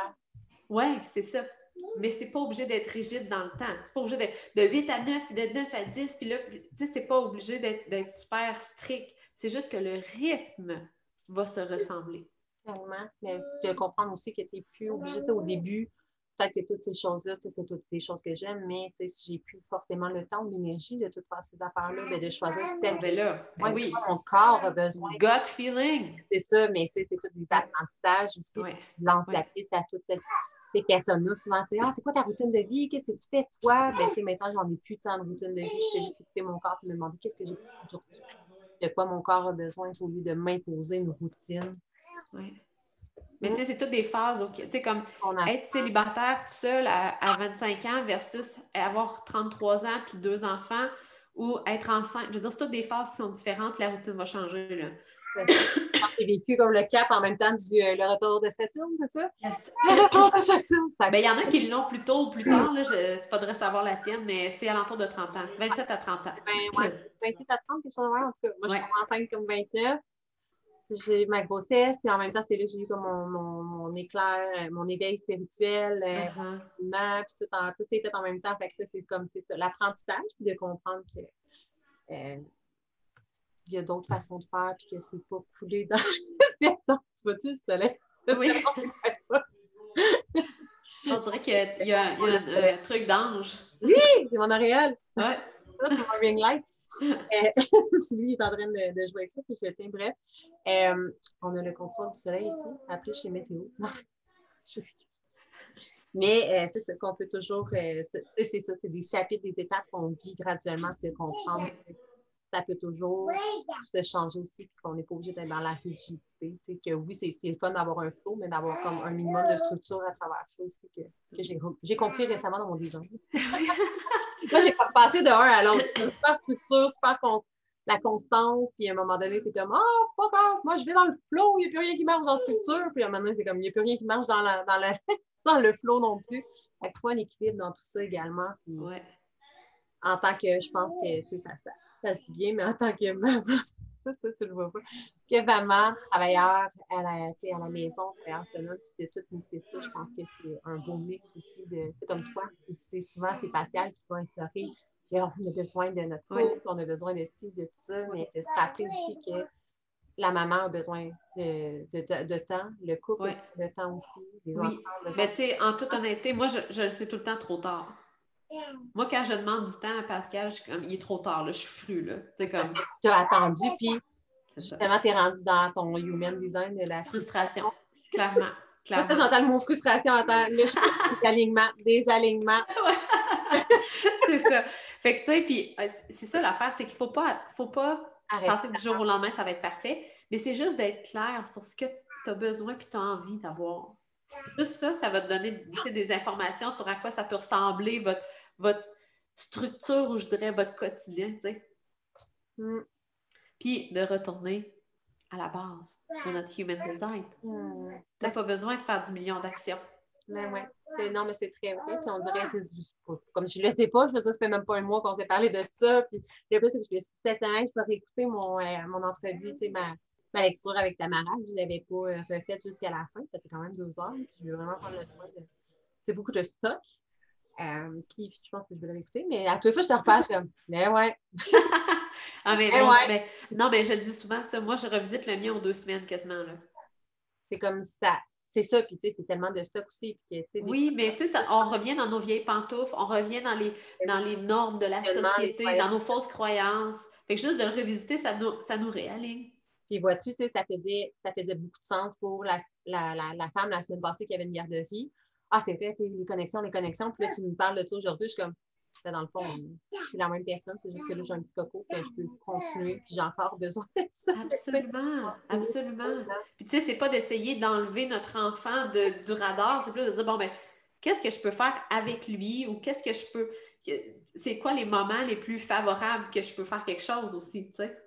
c'est ça. Mais c'est pas obligé d'être rigide dans le temps. C'est pas obligé d'être de 8 à 9, puis de 9 à 10, puis là, tu sais, c'est pas obligé d'être super strict. C'est juste que le rythme va se ressembler. Tellement. Mais tu dois comprendre aussi que tu n'es plus obligé, au début, peut-être que toutes ces choses-là, c'est toutes des choses que j'aime, mais si j'ai plus forcément le temps ou l'énergie de toutes faire ces affaires-là, de choisir celle oui. Mon corps a besoin. Gut feeling. C'est ça, mais c'est tous des apprentissages aussi. Tu lances la piste à toutes ces personnes-là. Souvent, tu sais, c'est quoi ta routine de vie? Qu'est-ce que tu fais toi? Ben, tu sais, maintenant, j'en ai plus tant de routine de vie. Je fais juste écouter mon corps et me demander qu'est-ce que j'ai fait aujourd'hui. De quoi mon corps a besoin au lieu de m'imposer une routine. Oui. Mais tu sais, c'est toutes des phases. Tu sais, comme être célibataire tout seul à 25 ans versus avoir 33 ans puis 2 enfants ou être enceinte. Je veux dire, c'est toutes des phases qui sont différentes puis la routine va changer, là. J'ai vécu comme le cap en même temps le retour de Saturne, c'est ça? Yes. Le retour de Saturne! Ben, il y en a qui l'ont plus tôt ou plus tard. Il faudrait savoir la tienne, mais c'est alentour de 30 ans. 27 à 30 ans. 28 à 30, quelque chose de en tout cas. Moi, je suis enceinte comme 29. J'ai ma grossesse, puis en même temps, c'est là que j'ai eu comme mon éclair, mon éveil spirituel, puis tout s'est fait en même temps. Fait que c'est comme ça, l'apprentissage, puis de comprendre que il y a d'autres façons de faire, puis que c'est pas coulé dans le béton. Tu vois-tu, ce soleil? Oui. On dirait qu'il y a un truc d'ange. Oui, c'est mon auréole. Ouais. Ça, c'est mon ring light. Lui, il est en train de jouer avec ça, puis je le tiens. Bref, on a le contrôle du soleil ici, appelé chez Météo. Mais c'est ça qu'on peut toujours... c'est ça, c'est des chapitres, des étapes qu'on vit graduellement, de comprendre ça peut toujours se changer aussi, puis qu'on n'est pas obligé d'être dans la rigidité. Tu sais, que oui, c'est le fun d'avoir un flow, mais d'avoir comme un minimum de structure à travers ça aussi, que j'ai compris récemment dans mon design. Moi, j'ai comme passé de un à l'autre. Super structure, la constance, puis à un moment donné, c'est comme fuck off, moi je vais dans le flow, il n'y a plus rien qui marche dans la structure, puis à un moment donné, c'est comme il n'y a plus rien qui marche dans le flow non plus. Fait que soit un équilibre dans tout ça également. Puis en tant que, je pense que ça se dit bien, mais en tant que maman, ça, tu le vois pas. Que maman, travailleur à la maison, travailleur autonome, puis de tout mixer ça, je pense que c'est un beau mix aussi de, comme toi, souvent c'est Pascal qui va instaurer. On a besoin de notre couple, on a besoin de ci, de tout ça, mais de se rappeler aussi que la maman a besoin de temps, le couple a besoin de temps aussi, les enfants ont besoin. Mais tu sais, en toute honnêteté, moi, je le sais tout le temps trop tard. Moi, quand je demande du temps à Pascal, je suis comme, il est trop tard, là, je suis fru, là. C'est comme... Tu as attendu, puis justement, tu es rendu dans ton human design de la frustration. Clairement. Moi, j'entends le mot frustration, des alignements. C'est ça. Fait que, tu sais, puis c'est ça l'affaire, c'est qu'il faut pas penser que du jour au lendemain, ça va être parfait, mais c'est juste d'être clair sur ce que tu as besoin puis tu as envie d'avoir. Juste ça, ça va te donner des informations sur à quoi ça peut ressembler votre structure ou je dirais votre quotidien, tu sais. Puis de retourner à la base de notre human design. Tu n'as pas besoin de faire 10 millions d'actions. Mais ouais. Non, mais c'est très vrai. Puis on dirait que comme je ne le sais pas, je veux dire, ça fait même pas un mois qu'on s'est parlé de ça. Puis le plus, c'est que cette semaine, je vais réécouter mon entrevue, tu sais, ma lecture avec Tamara. Je ne l'avais pas refaite jusqu'à la fin, parce que c'est quand même 2 heures. Puis je veux vraiment prendre le soin de. C'est beaucoup de stock. Puis je pense que je vais le réécouter. Mais à toutes les fois, je te reparle comme, mais ouais. Non, mais je le dis souvent, ça. Moi, je revisite le mien en 2 semaines quasiment. Là. C'est comme ça. C'est ça, puis tu sais, c'est tellement de stock aussi. Puis, oui, mais tu sais, on revient dans nos vieilles pantoufles, on revient dans les normes de la société, dans nos fausses croyances. Fait que juste de le revisiter, ça nous réaligne. Puis vois-tu, tu sais, ça faisait beaucoup de sens pour la femme la semaine passée qui avait une garderie. Ah, c'est vrai, les connexions. Puis là, tu me parles de ça aujourd'hui, je suis comme, dans le fond, c'est la même personne, c'est juste que là, j'ai un petit coco, que je peux continuer, puis j'ai encore besoin de ça. Absolument. Puis tu sais, c'est pas d'essayer d'enlever notre enfant du radar, c'est plus de dire, bon, ben, qu'est-ce que je peux faire avec lui ou qu'est-ce que je peux... C'est quoi les moments les plus favorables que je peux faire quelque chose aussi, tu sais?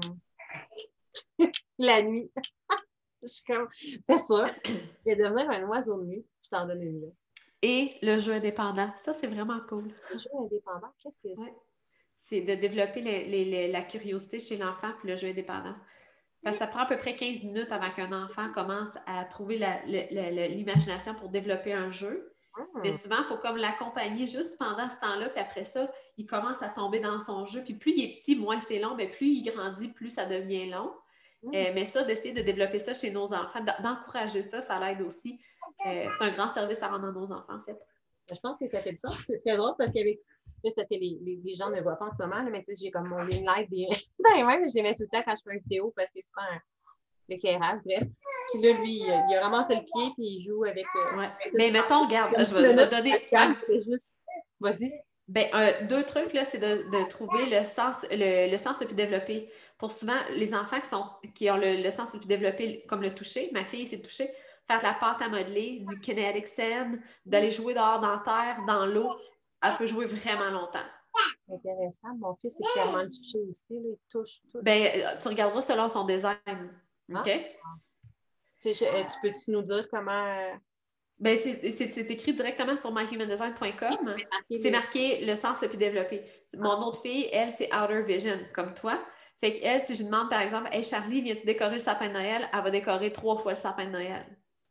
La nuit. Je suis comme, c'est sûr. Je vais devenir un oiseau de nuit. Je t'en donne une. Et le jeu indépendant. Ça, c'est vraiment cool. Le jeu indépendant, qu'est-ce que c'est? C'est de développer la curiosité chez l'enfant puis le jeu indépendant. Parce que ça prend à peu près 15 minutes avant qu'un enfant commence à trouver l'imagination pour développer un jeu. Mais souvent, il faut comme l'accompagner juste pendant ce temps-là, puis après ça, il commence à tomber dans son jeu. Puis plus il est petit, moins c'est long, mais plus il grandit, plus ça devient long. Mais ça, d'essayer de développer ça chez nos enfants, d'encourager ça, ça l'aide aussi. C'est un grand service à rendre à nos enfants, en fait. Je pense que ça fait du sens. C'est très drôle parce juste parce que les gens ne voient pas en ce moment, là, mais tu sais, j'ai comme mon ring light dans les mains, mais je les mets tout le temps quand je fais une vidéo parce que c'est souvent l'éclairage, bref. Puis là, lui, il a ramassé le pied puis il joue avec. Mais mettons, regarde, je vais te donner. C'est juste. Vas-y. Ben, 2 trucs, là, c'est de trouver le sens le plus développé. Pour souvent, les enfants qui ont le sens le plus développé, comme le toucher, ma fille s'est touchée, faire de la pâte à modeler, du kinetic sand, d'aller jouer dehors dans la terre, dans l'eau, elle peut jouer vraiment longtemps. Intéressant. Mon fils est clairement le touché aussi, là, il touche tout. Ben, tu regarderas selon son design. OK? Tu peux-tu nous dire comment. Ben, c'est écrit directement sur myhumandesign.com. C'est marqué le sens le plus développé. Mon autre fille, elle, c'est Outer Vision, comme toi. Fait qu'elle, si je lui demande, par exemple, « Hey, Charlie, viens-tu décorer le sapin de Noël? » Elle va décorer 3 fois le sapin de Noël.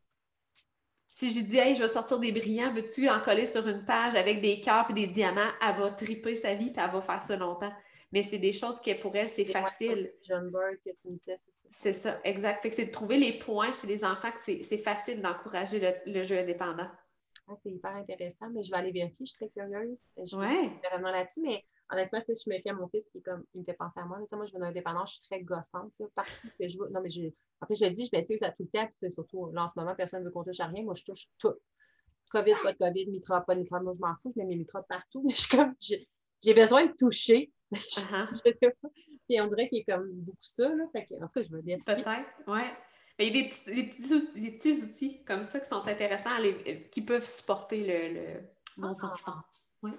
Si je dis « Hey, je vais sortir des brillants, veux-tu en coller sur une page avec des cœurs et des diamants? » Elle va triper sa vie et elle va faire ça longtemps. Mais c'est des choses qui, pour elle, c'est facile. John Bird, que tu me disais, c'est ça. C'est ça, exact. Fait que c'est de trouver les points chez les enfants que c'est facile d'encourager le jeu indépendant. C'est hyper intéressant, mais je vais aller vérifier, je suis très curieuse. Je vais revenir là-dessus, mais honnêtement, si je me fie à mon fils qui est comme, il me fait penser à moi. Moi, je veux d'un indépendant, je suis très gossante. Là, partout que je vois. Non, mais après, je le dis, je m'excuse à tout le temps, puis surtout, là, en ce moment, personne ne veut qu'on touche à rien. Moi, je touche tout. COVID, pas de COVID, microbe, pas de microbe. Moi, je m'en fous, je mets mes microbes partout. Mais je suis comme, j'ai besoin de toucher. Je sais pas. Puis on dirait qu'il est comme beaucoup ça, là. Fait que, en tout cas, je veux dire. Peut-être, oui. Mais il y a des petits outils comme ça qui sont intéressants, qui peuvent supporter nos enfants. Oui.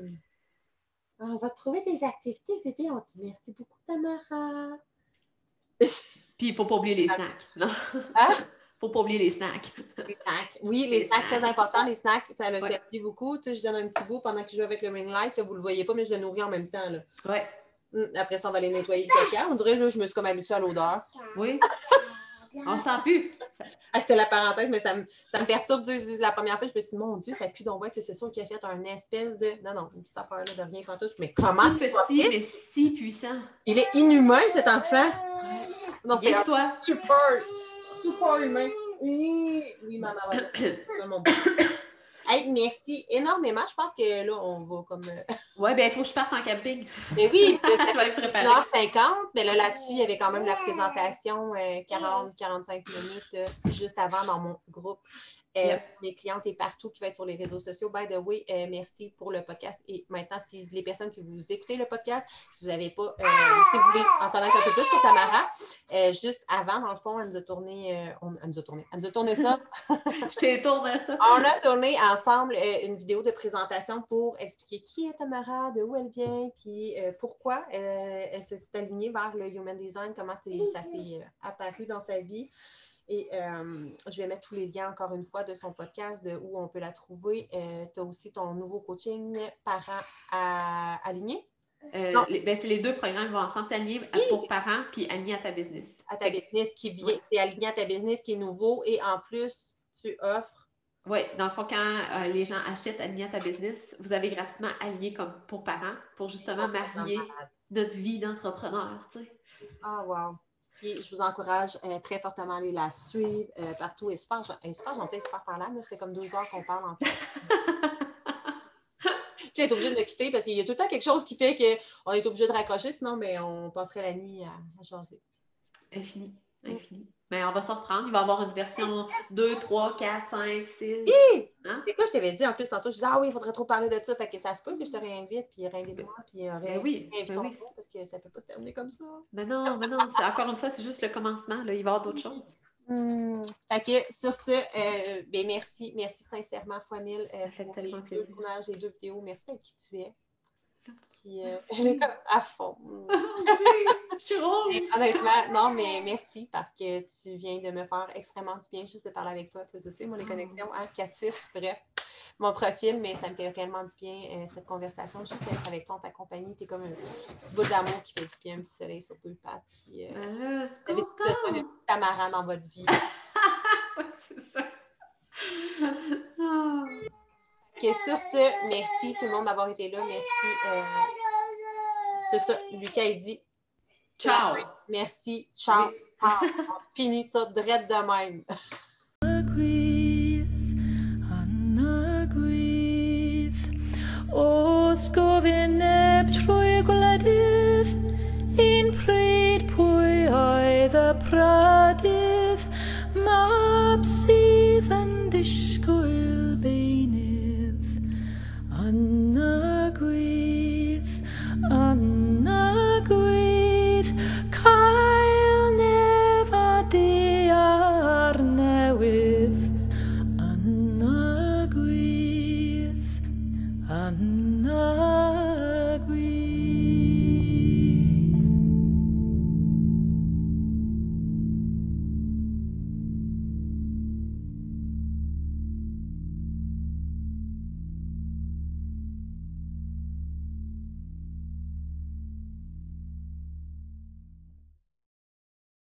On va trouver des activités, bébé. On dit merci beaucoup, Tamara. Puis il ne faut pas oublier les snacks. Non. Hein? Faut pas oublier les snacks. Les snacks. Oui, les snacks, très important. Les snacks, ça le Ouais. servi beaucoup. Tu sais, je donne un petit bout pendant que je joue avec le ring light. Là, vous ne le voyez pas, mais je le nourris en même temps. Là. Oui. Après ça, on va aller nettoyer le caca. On dirait que je me suis comme habituée à l'odeur. Oui. On sent plus. C'était la parenthèse, mais ça me perturbe. La première fois, je me suis dit, mon Dieu, ça pue donc bien. C'est sûr qu'il a fait un espèce de. Non, une petite affaire là, de rien pantoute. Mais comment c'est petit, mais si puissant. Il est inhumain, cet enfant. Non, c'est toi. super humain. Oui, maman. C'est mon beau. Hey, merci énormément. Je pense que là, on va comme. Oui, bien, il faut que je parte en camping. Mais oui, je vais aller préparer. 1h50, mais là-dessus, il y avait quand même la présentation 40-45 minutes juste avant dans mon groupe. Mes clientes et partout qui va être sur les réseaux sociaux. By the way, merci pour le podcast. Et maintenant, si les personnes qui vous écoutez le podcast, si vous n'avez pas, si vous voulez en connaître un peu plus sur Tamara, juste avant, dans le fond, elle nous a tourné ça. Je t'ai tourné ça. On a tourné ensemble une vidéo de présentation pour expliquer qui est Tamara, de où elle vient, puis pourquoi elle s'est alignée vers le Human Design, comment ça s'est apparu dans sa vie. Et je vais mettre tous les liens, encore une fois, de son podcast, de où on peut la trouver. Tu as aussi ton nouveau coaching parents alignés. C'est les deux programmes qui vont ensemble, c'est aligné pour parents, puis aligné à ta business. À ta business qui vient, c'est aligné à ta business qui est nouveau. Et en plus, tu offres. Oui, dans le fond, quand les gens achètent aligné à ta business, vous avez gratuitement aligné comme pour parents, pour justement marier notre vie d'entrepreneur, tu sais. Ah, wow! Puis, je vous encourage très fortement à aller la suivre partout. Elle est super gentille, super parlable. Ça fait comme 2 heures qu'on parle ensemble. Puis, elle est obligée de me quitter parce qu'il y a tout le temps quelque chose qui fait qu'on est obligé de raccrocher, sinon mais on passerait la nuit à jaser. Infini. Mais on va s'en reprendre. Il va y avoir une version 2, 3, 4, 5, 6. Hein? C'est quoi, je t'avais dit en plus tantôt, je disais, ah oui, il faudrait trop parler de ça. Fait que ça se peut que je te réinvite, puis réinvite-moi, puis réinvitons parce que ça ne peut pas se terminer comme ça. Mais non, encore une fois, c'est juste le commencement. Là. Il va y avoir d'autres choses. Fait que sur ce, merci sincèrement, fois mille. Ça fait tellement plaisir. Les 2 vidéos. Merci d'être qui tu es. Puis elle est comme à fond. Je suis rouge. Honnêtement, non, mais merci parce que tu viens de me faire extrêmement du bien juste de parler avec toi. Tu sais, moi, les connexions, Catif, bref, mon profil, mais ça me fait réellement du bien, cette conversation. Juste d'être avec toi, en ta compagnie, t'es comme une petite boule d'amour qui fait du bien, un petit soleil sur 2 pattes. Puis, vous avez besoin de petit Tamara dans votre vie. C'est ça. Que sur ce, merci tout le monde d'avoir été là. Merci. C'est ça, Lucas, il dit. Ciao. Merci. Ciao. On finit ça drette de même. Os gofyneb trwy gwledydd, un pryd pwy oedd y prydydd, mab sydd yn disgwyl beinydd, yn y gwydd, cael nefad ar newydd, yn y gwydd, yn